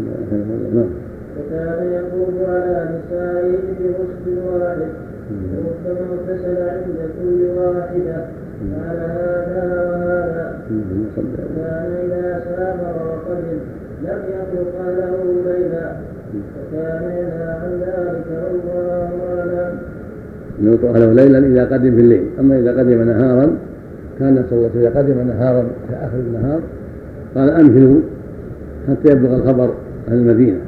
وكان يقول على نسائه بغسل واحد وربما اغتسل عند كل واحدة قال هذا وهذا. وكان إذا سافر وقدم لم يطرق له ليلا وكان ينهى عن ذلك والله أعلم. يطرق له ليلا إذا قدم في الليل. أما إذا قدم نهارا كان صلى الله عليه وسلم إذا قدم نهارا في آخر النهار قال أنفذوا حتى يبلغ الخبر عن المدينة.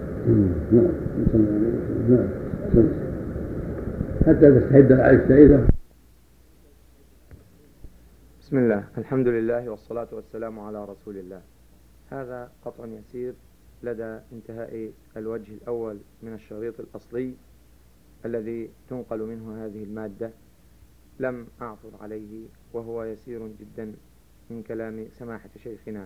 نعم. حتى تستعد عائشة إذا. بسم الله الحمد لله والصلاة والسلام على رسول الله. هذا قطع يسير لدى انتهاء الوجه الأول من الشريط الأصلي الذي تنقل منه هذه المادة. لم أعثر عليه وهو يسير جدا من كلام سماحة شيخنا.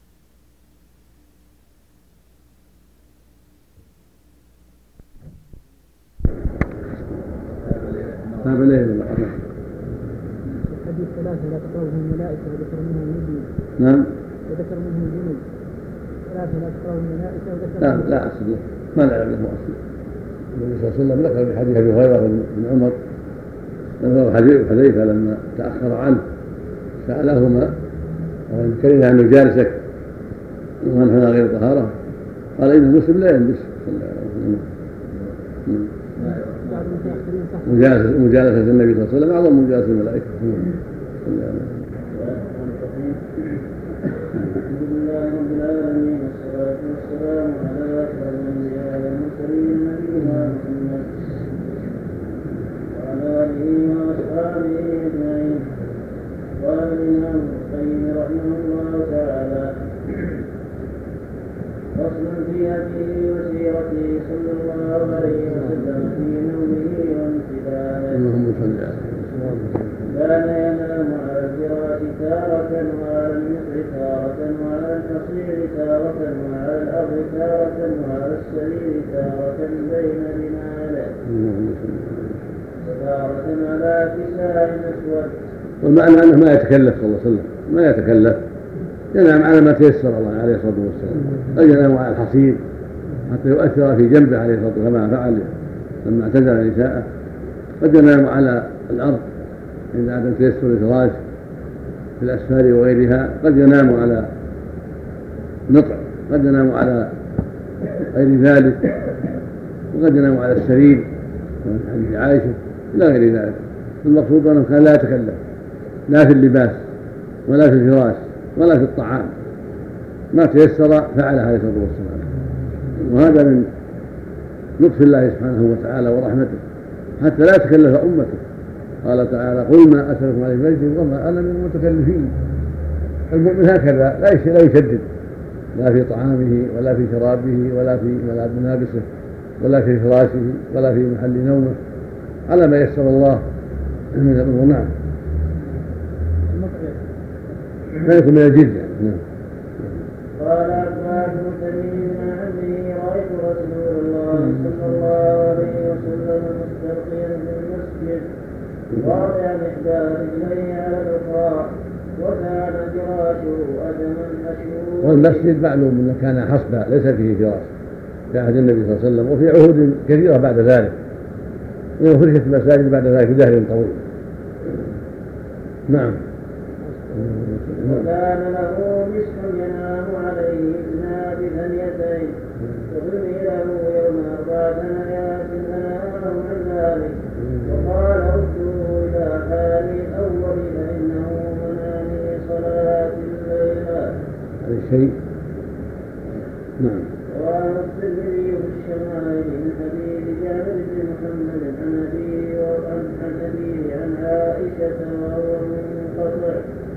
الحديث 3 لا تقربهم الملائكة وذكر منهم النبي. نعم. وذكر منهم الجنود 3 لا تقربهم الملائكة وذكر لا أصل له ما نعلم له أصل. النبي صلى الله عليه وسلم ذكر في حديث أبي هريرة بن عمر ذكر حديث حذيفة لما تأخر عنه سألهما وإن كره أن يجالسك ومن هنا غير طهارة قال إن المسلم لا يلبس صلى الله عليه وسلم. مجالسة النبي صلى الله عليه وسلم أعظم من مجالسة الملائكة. الحمد لله رب العالمين والصلاة والسلام على أشرف الأنبياء والمرسلين نبينا محمد وعلى آله وأصحابه أجمعين. قال الإمام ابن القيم رحمه الله تعالى فصل في هديه وسيرته صلى الله عليه وسلم في نومه وانتباهه. كان ينام على الفراش تارة وعلى النصر تارة وعلى الحصير تارة وعلى الأرض تارة وعلى السرير تارة بين رماله وتارة على كساء أسود. والمعنى أنه ما يتكلف صلى الله عليه وسلم، ما يتكلف، ينام على ما تيسر الله عليه الصلاة والسلام، قد ينام على الحصير حتى يؤثر في جنبه عليه الصلاة والسلام كما فعل لما اعتزل نساءه، قد ينام على الأرض عند عدم تيسر الفراش في الأسفار وغيرها، قد ينام على نطع، قد ينام على غير ذلك، وقد ينام على السرير كما في حديث عائشة إلى غير ذلك. المقصود أنه كان لا يتكلف لا في اللباس ولا في الفراش ولا في الطعام، ما تيسر فعله عليه الصلاة والسلام، وهذا من لطف الله سبحانه وتعالى ورحمته حتى لا يتكلف أمته. قال تعالى: قل ما أسألكم عليه من أجر وما أنا من المتكلفين. المؤمن هكذا لا يشدد لا في طعامه ولا في شرابه ولا في ملابسه ولا في فراشه ولا في محل نومه، على ما يسر الله من الأمور. نعم، لا يكون من الجد يعني. نعم. قال عباس بن تميم عن عمه: رأيت رسول الله صلى الله عليه وسلم مستلقيا في المسجد واضعا إحدى رجليه على الأخرى وكان فراشه أدما حشوا. والمسجد معلوم أنه كان حصبا ليس فيه فراش في عهد النبي صلى الله عليه وسلم، وفي عهود كثيرة بعد ذلك، وفرشت المساجد بعد ذلك بدهر طويل. نعم. وكان له مسح ينام عليه إثنا بثنيتين وبني له يوم 4 ليال فنهاه عن ذلك وقال: ردوا إلى حالي الأول فإنه منعني صلاة الليلة. هذا الشيء. نعم. رواه الترمذي في الشمائل من حديث جابر بن محمد عن أبيه وعن أبيه عن عائشة وهو منقطع.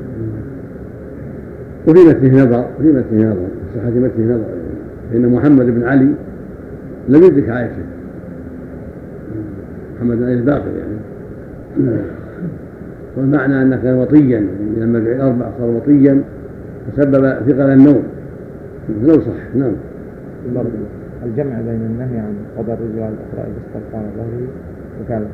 وفي متنه نظر صحة متنه نظر، فإن محمد بن علي لم يدرك عائشة، محمد بن علي الباقر يعني، والمعنى أنه كان وطيا، لما بعد 4 صار وطيا فسبب ثقل النوم لو صح. نعم. الجمع بين النهي عن وضع الرجل على الأخرى إذا استلقى على ظهره وكان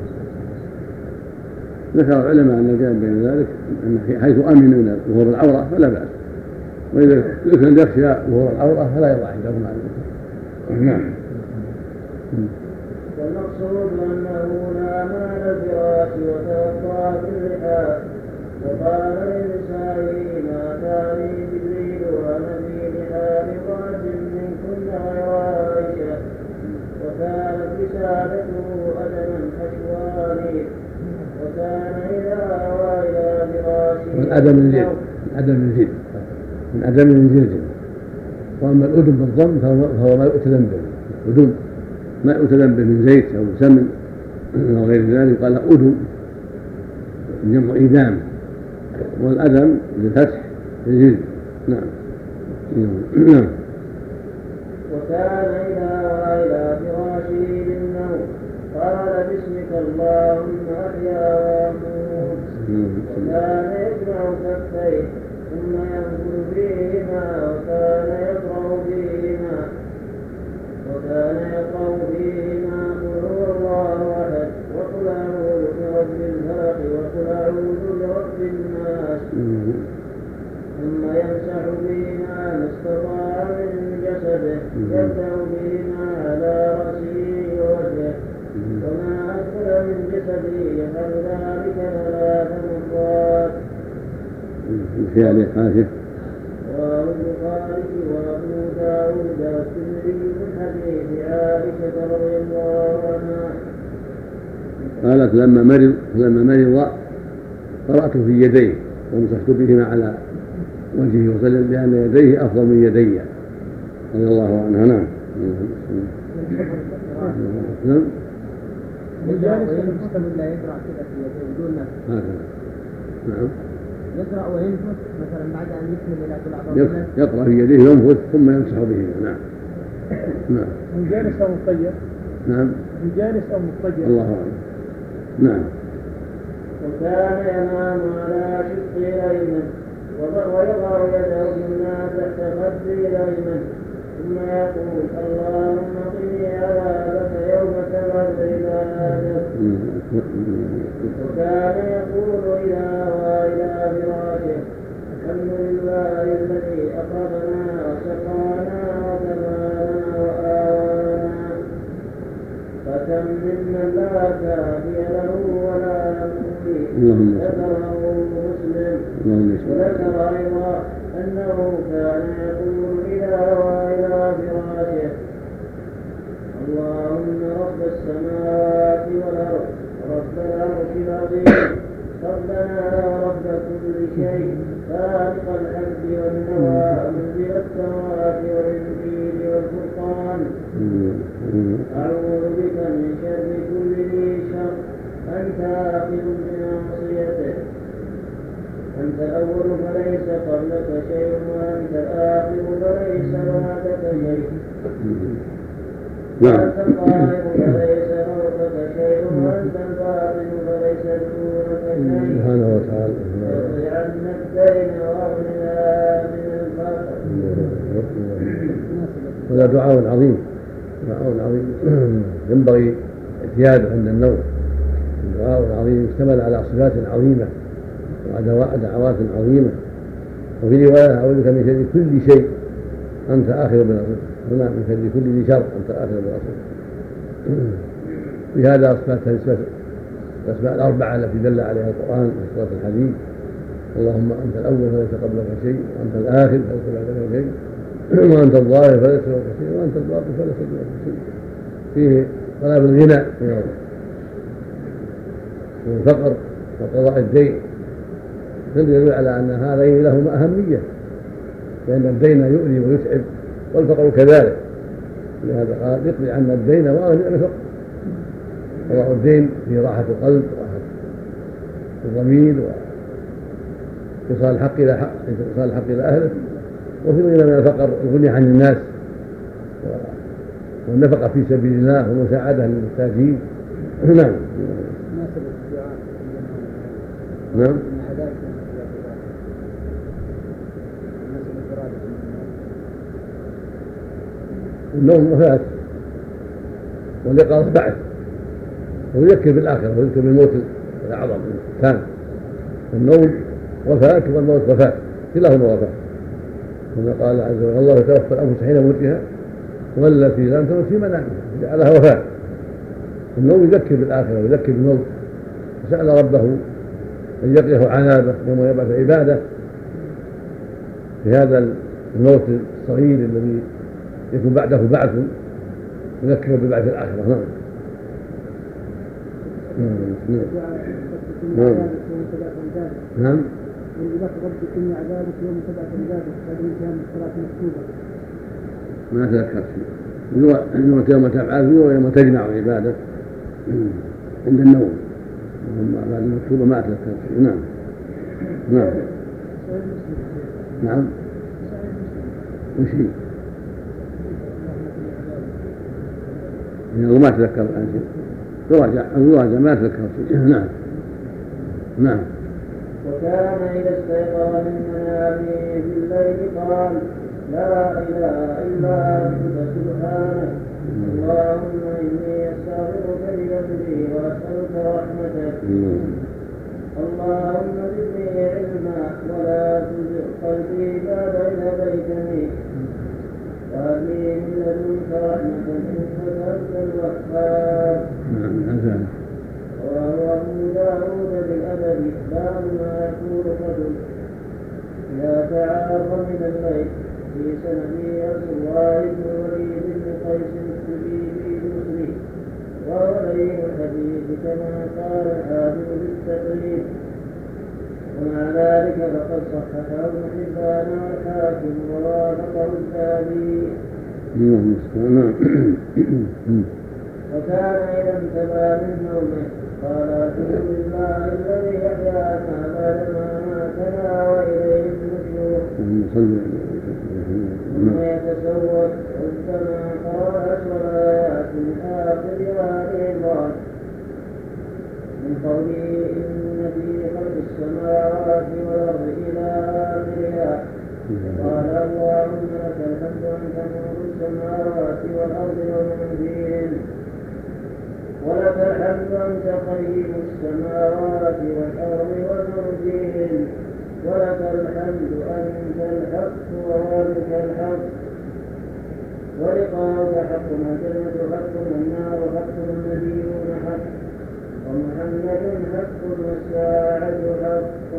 ذكر العلماء أن الجمع بين ذلك أن حيث أمن من ظهور العورة فلا بأس، وإذا كان يخشى ظهور العورة فلا يضع عندهم على. نعم. والمقصود أنه نام على الفراش وتوضأ باللحاف وقال لنسائه: ما كاني جبريل وأنا في لحاف امرأة منكن غير عائشة، وكانت وسادته أدما حشواني، وكان إذا أوى إلى فراشه. من عدم الجلد. وأما الأدم بالضم فهو ما يؤتلم به، أدم ما يؤتلم به من زيت أو سمن أو غير ذلك، قال أدم جمع إدام، والأدم بالفتح الجلد. نعم. وكان إذا أوى إلى فراشه بالنوم قال: باسمك اللهم أحيا وأموت. وكان يجمع كفيه ثم ينفذ فيهما وكان يقرأ فيهما قل هو الله أحد وقل أعوذ برب الفلق وقل أعوذ برب الناس، ثم يمسح بهما ما استطاع من جسده، يبدأ بهما على رأسه ووجهه وما أدخل من جسده يفعل ذلك 3 مرات. في عليه حاجة. رواه البخاري وأبو داود والترمذي من حديث عائشة رضي الله عنها قالت: لما مرض قرأت في يديه ومسحت بهما على وجهه وسلم بأن يديه أفضل من يدي رضي الله عنها. نعم. نعم. لا يقرأ كذا في يديه بدون نفس. هكذا. نعم. يقرأ وينفث مثلا بعد أن يكمل إلى كل أعضاء. يقرأ في يديه وينفث ثم يمسح بهما. نعم. نعم. من جالس أو مضطجع. نعم. من جالس أو مضطجع. الله أعلم. نعم. وكان ينام على شقه الأيمن ويضع يده اليمنى تحت خده الأيمن ثم يقول اللهم قني عذابك يوم تبعث عبادك. وكان يقول إذا هوى إلى فراشه الحمد لله الذي أقربنا وسقانا وكفانا وآوانا. فكم ممن لا كافي له ولا يمضي. ذكره مسلم. وذكر أيضا أنه كان يقول إذا هوى إلى فراشه اللهم رب السماوات والأرض رب العرش العظيم ربنا ورب كل شيء خالق الحب والنوى منزل التوراة والإنجيل والفرقان أعوذ بك من شر كل ذي شر أنت آخذ بناصيته أنت الأول فليس قبلك شيء وأنت الآخر فليس بعدك شيء وأنت الظاهر فليس فوقك شيء وأنت الباطن فليس دونك شيء سبحانه وتعالى. اقض عنا الدين واغننا من الفقر. وهذا دعاء عظيم ينبغي اعتياده عند النوم. دعاء عظيم اشتمل على صفات عظيمة ودعوات عظيمة. وفي رواية أعوذ بك من شر كل شيء أنت آخذ بناصيته. هنا من شر كل ذي شر أنت آخذ بناصيته. بهذا أصبحت الأسماء الأربعة التي دل عليها القرآن في سورة الحديد. اللهم أنت الأول فليس قبلك شيء وأنت الآخر فليس بعدك شيء وأنت الظاهر فليس فوقك شيء وأنت الباطن فليس دونك شيء. فيه طلب الغنى من الفقر وقضاء الدين يدل على أن هذين لهما أهمية لأن الدين يؤذي ويتعب والفقر كذلك. لهذا قال اقضي عنا الدين واغننا عن الفقر. قضاء الدين في راحة القلب وراحة الضمير وإيصال الحق إلى أهله. وفي الغنى من الفقر الغني عن الناس والنفقة في سبيل الله والمساعدة للمحتاجين. نعم. نعم. النوم وفاة واليقظة بعد ويذكر بالآخرة ويذكر بالموت الأعظم الثاني. النوم وفاة والموت وفاة كلاهما وفاة. كما قال عز وجل الله يتوفى الأنفس حين موتها والتي لم تمت في منامها جعلها وفاة. النوم يذكر بالآخرة ويذكر بالموت. سأل ربه أن يقيه عذابه يوم يبعث عباده في هذا الموت الصغير الذي يكون بعده بعث يذكر ببعث الآخرة. نعم. نعم. ربك إني عذابك يوم تبعث عبادك بعد انتهاء الصلاة المكتوبة. ما تذكر شيء. يوم تبعث ويوم تجمع عبادك عند النوم. أما بعد المكتوبة ما تذكر شيء. نعم. نعم. نعم. وشيء يعني ما تذكر الآن شيء. يراجع ما تذكر شيء. نعم. نعم. وكان إذا استيقظ من منامه في الليل قال لا إله إلا أنت سبحانك اللهم إني أستغفرك بذنبي وأسألك رحمتك. اللهم زدني علما ولا تزغ قلبي بعد إذ هديتني وهب لي من لدنك رحمة إنك أنت الوهاب. وهو أبو داود بالأدب باب ما يقول الرجل إذا تعارض من الليل. في سنده عبد الله بن الوليد بن قيس السبيعي المصري وهو لين الحديث كما قال الحافظ بالتقريب. ومع ذلك فقد صححه ابن حبان والحاكم ووافقه الذهبي. وكان إذا انتبه من نومه قال الحمد لله الذي أحيانا بعدما ماتنا وإليه النشور. ثم يتسول ربما قرأ 10 آيات من آخر آل عمران من قوله إن في خلق السماوات والأرض إلى آخرها قال اللهم لك الحمد أنت نور السماوات والأرض ومن فيهن ولك الحمد أنت قيم السماوات والأرض ومن فيهن ولك الحمد أنت الحق ووالك الحق ولقاءك حق والجنة حق والنار حق والنبيون حق ومحمد حق والساعة حق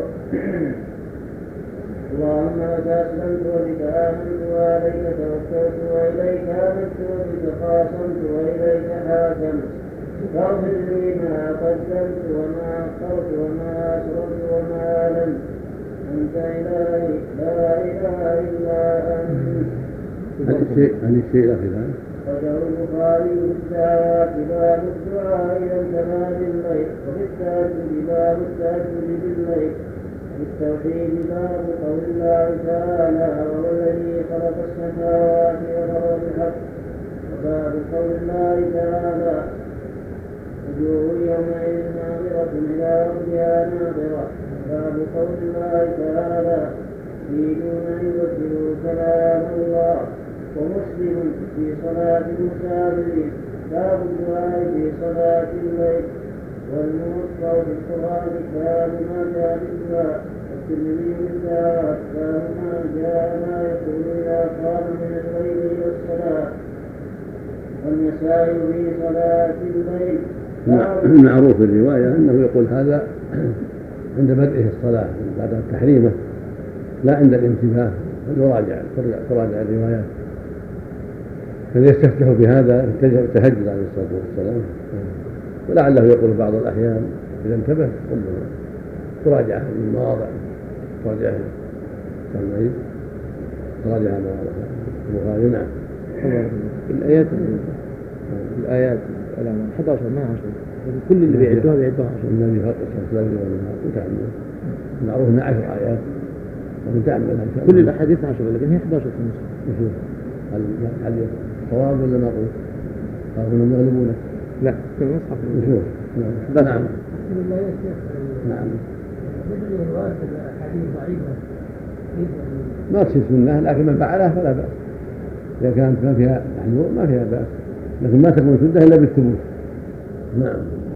اللهم لك أسلمت وبك آمنت وعليك توكلت وإليك أنبت وبك خاصمت وإليك حاكمت فاغفر لي ما قدمت وما أخرت وما أسررت وما أعلنت أنت إلهي لا إله إلا أنت. عن الشيء الأخير خرجه البخاري في الدعوات باب الدعاء إلى الكمال بالليل وفي التهجد باب التهجد بالليل وفي التوحيد باب قول الله تعالى وهو الذي خلق السماوات والأرض بالحق وباب قول الله تعالى وجوه يومئذ ناظرة إلى ربها ناظرة باب قول الله تعالى يريدون أن يبدلوا كلام الله ومسلم في صلاة المسافرين باب الدعاء في صلاة الليل والموفق في القرآن باب ما جاء بالدعاء والترمذي بالدعوات باب ما جاء ما يقول إذا قام من الليل إلى الصلاة والنسائي في صلاة الليل. المعروف في الرواية أنه يقول هذا عند بدءه الصلاة بعد تحريمه لا عند الانتباه، تراجع الروايات. فليستفتح بهذا التهجد عليه الصلاة والسلام، ولعله يقول بعض الأحيان إذا انتبه تراجع هذه المواضع، تراجع الترمذي، تراجع البخاري. نعم. الآيات 11 ما 10 كل اللي بيعدوها 10. النبي خلق السماوات والأرض متعمد، معروف إن 10 آيات ومتعمد كل الأحاديث 10 لكن هي 11 في النص. هل صواب ولا نقول؟ هنا مغلبون. لا في المصحف نشوف. نعم. نعم. نعم. مثل رواية الأحاديث ضعيفة ما تصير سنة، لكن من فعلها فلا بأس. إذا كانت ما فيها محذور ما فيها بأس، لكن ما تكون سنة إلا بالثبوت. نعم.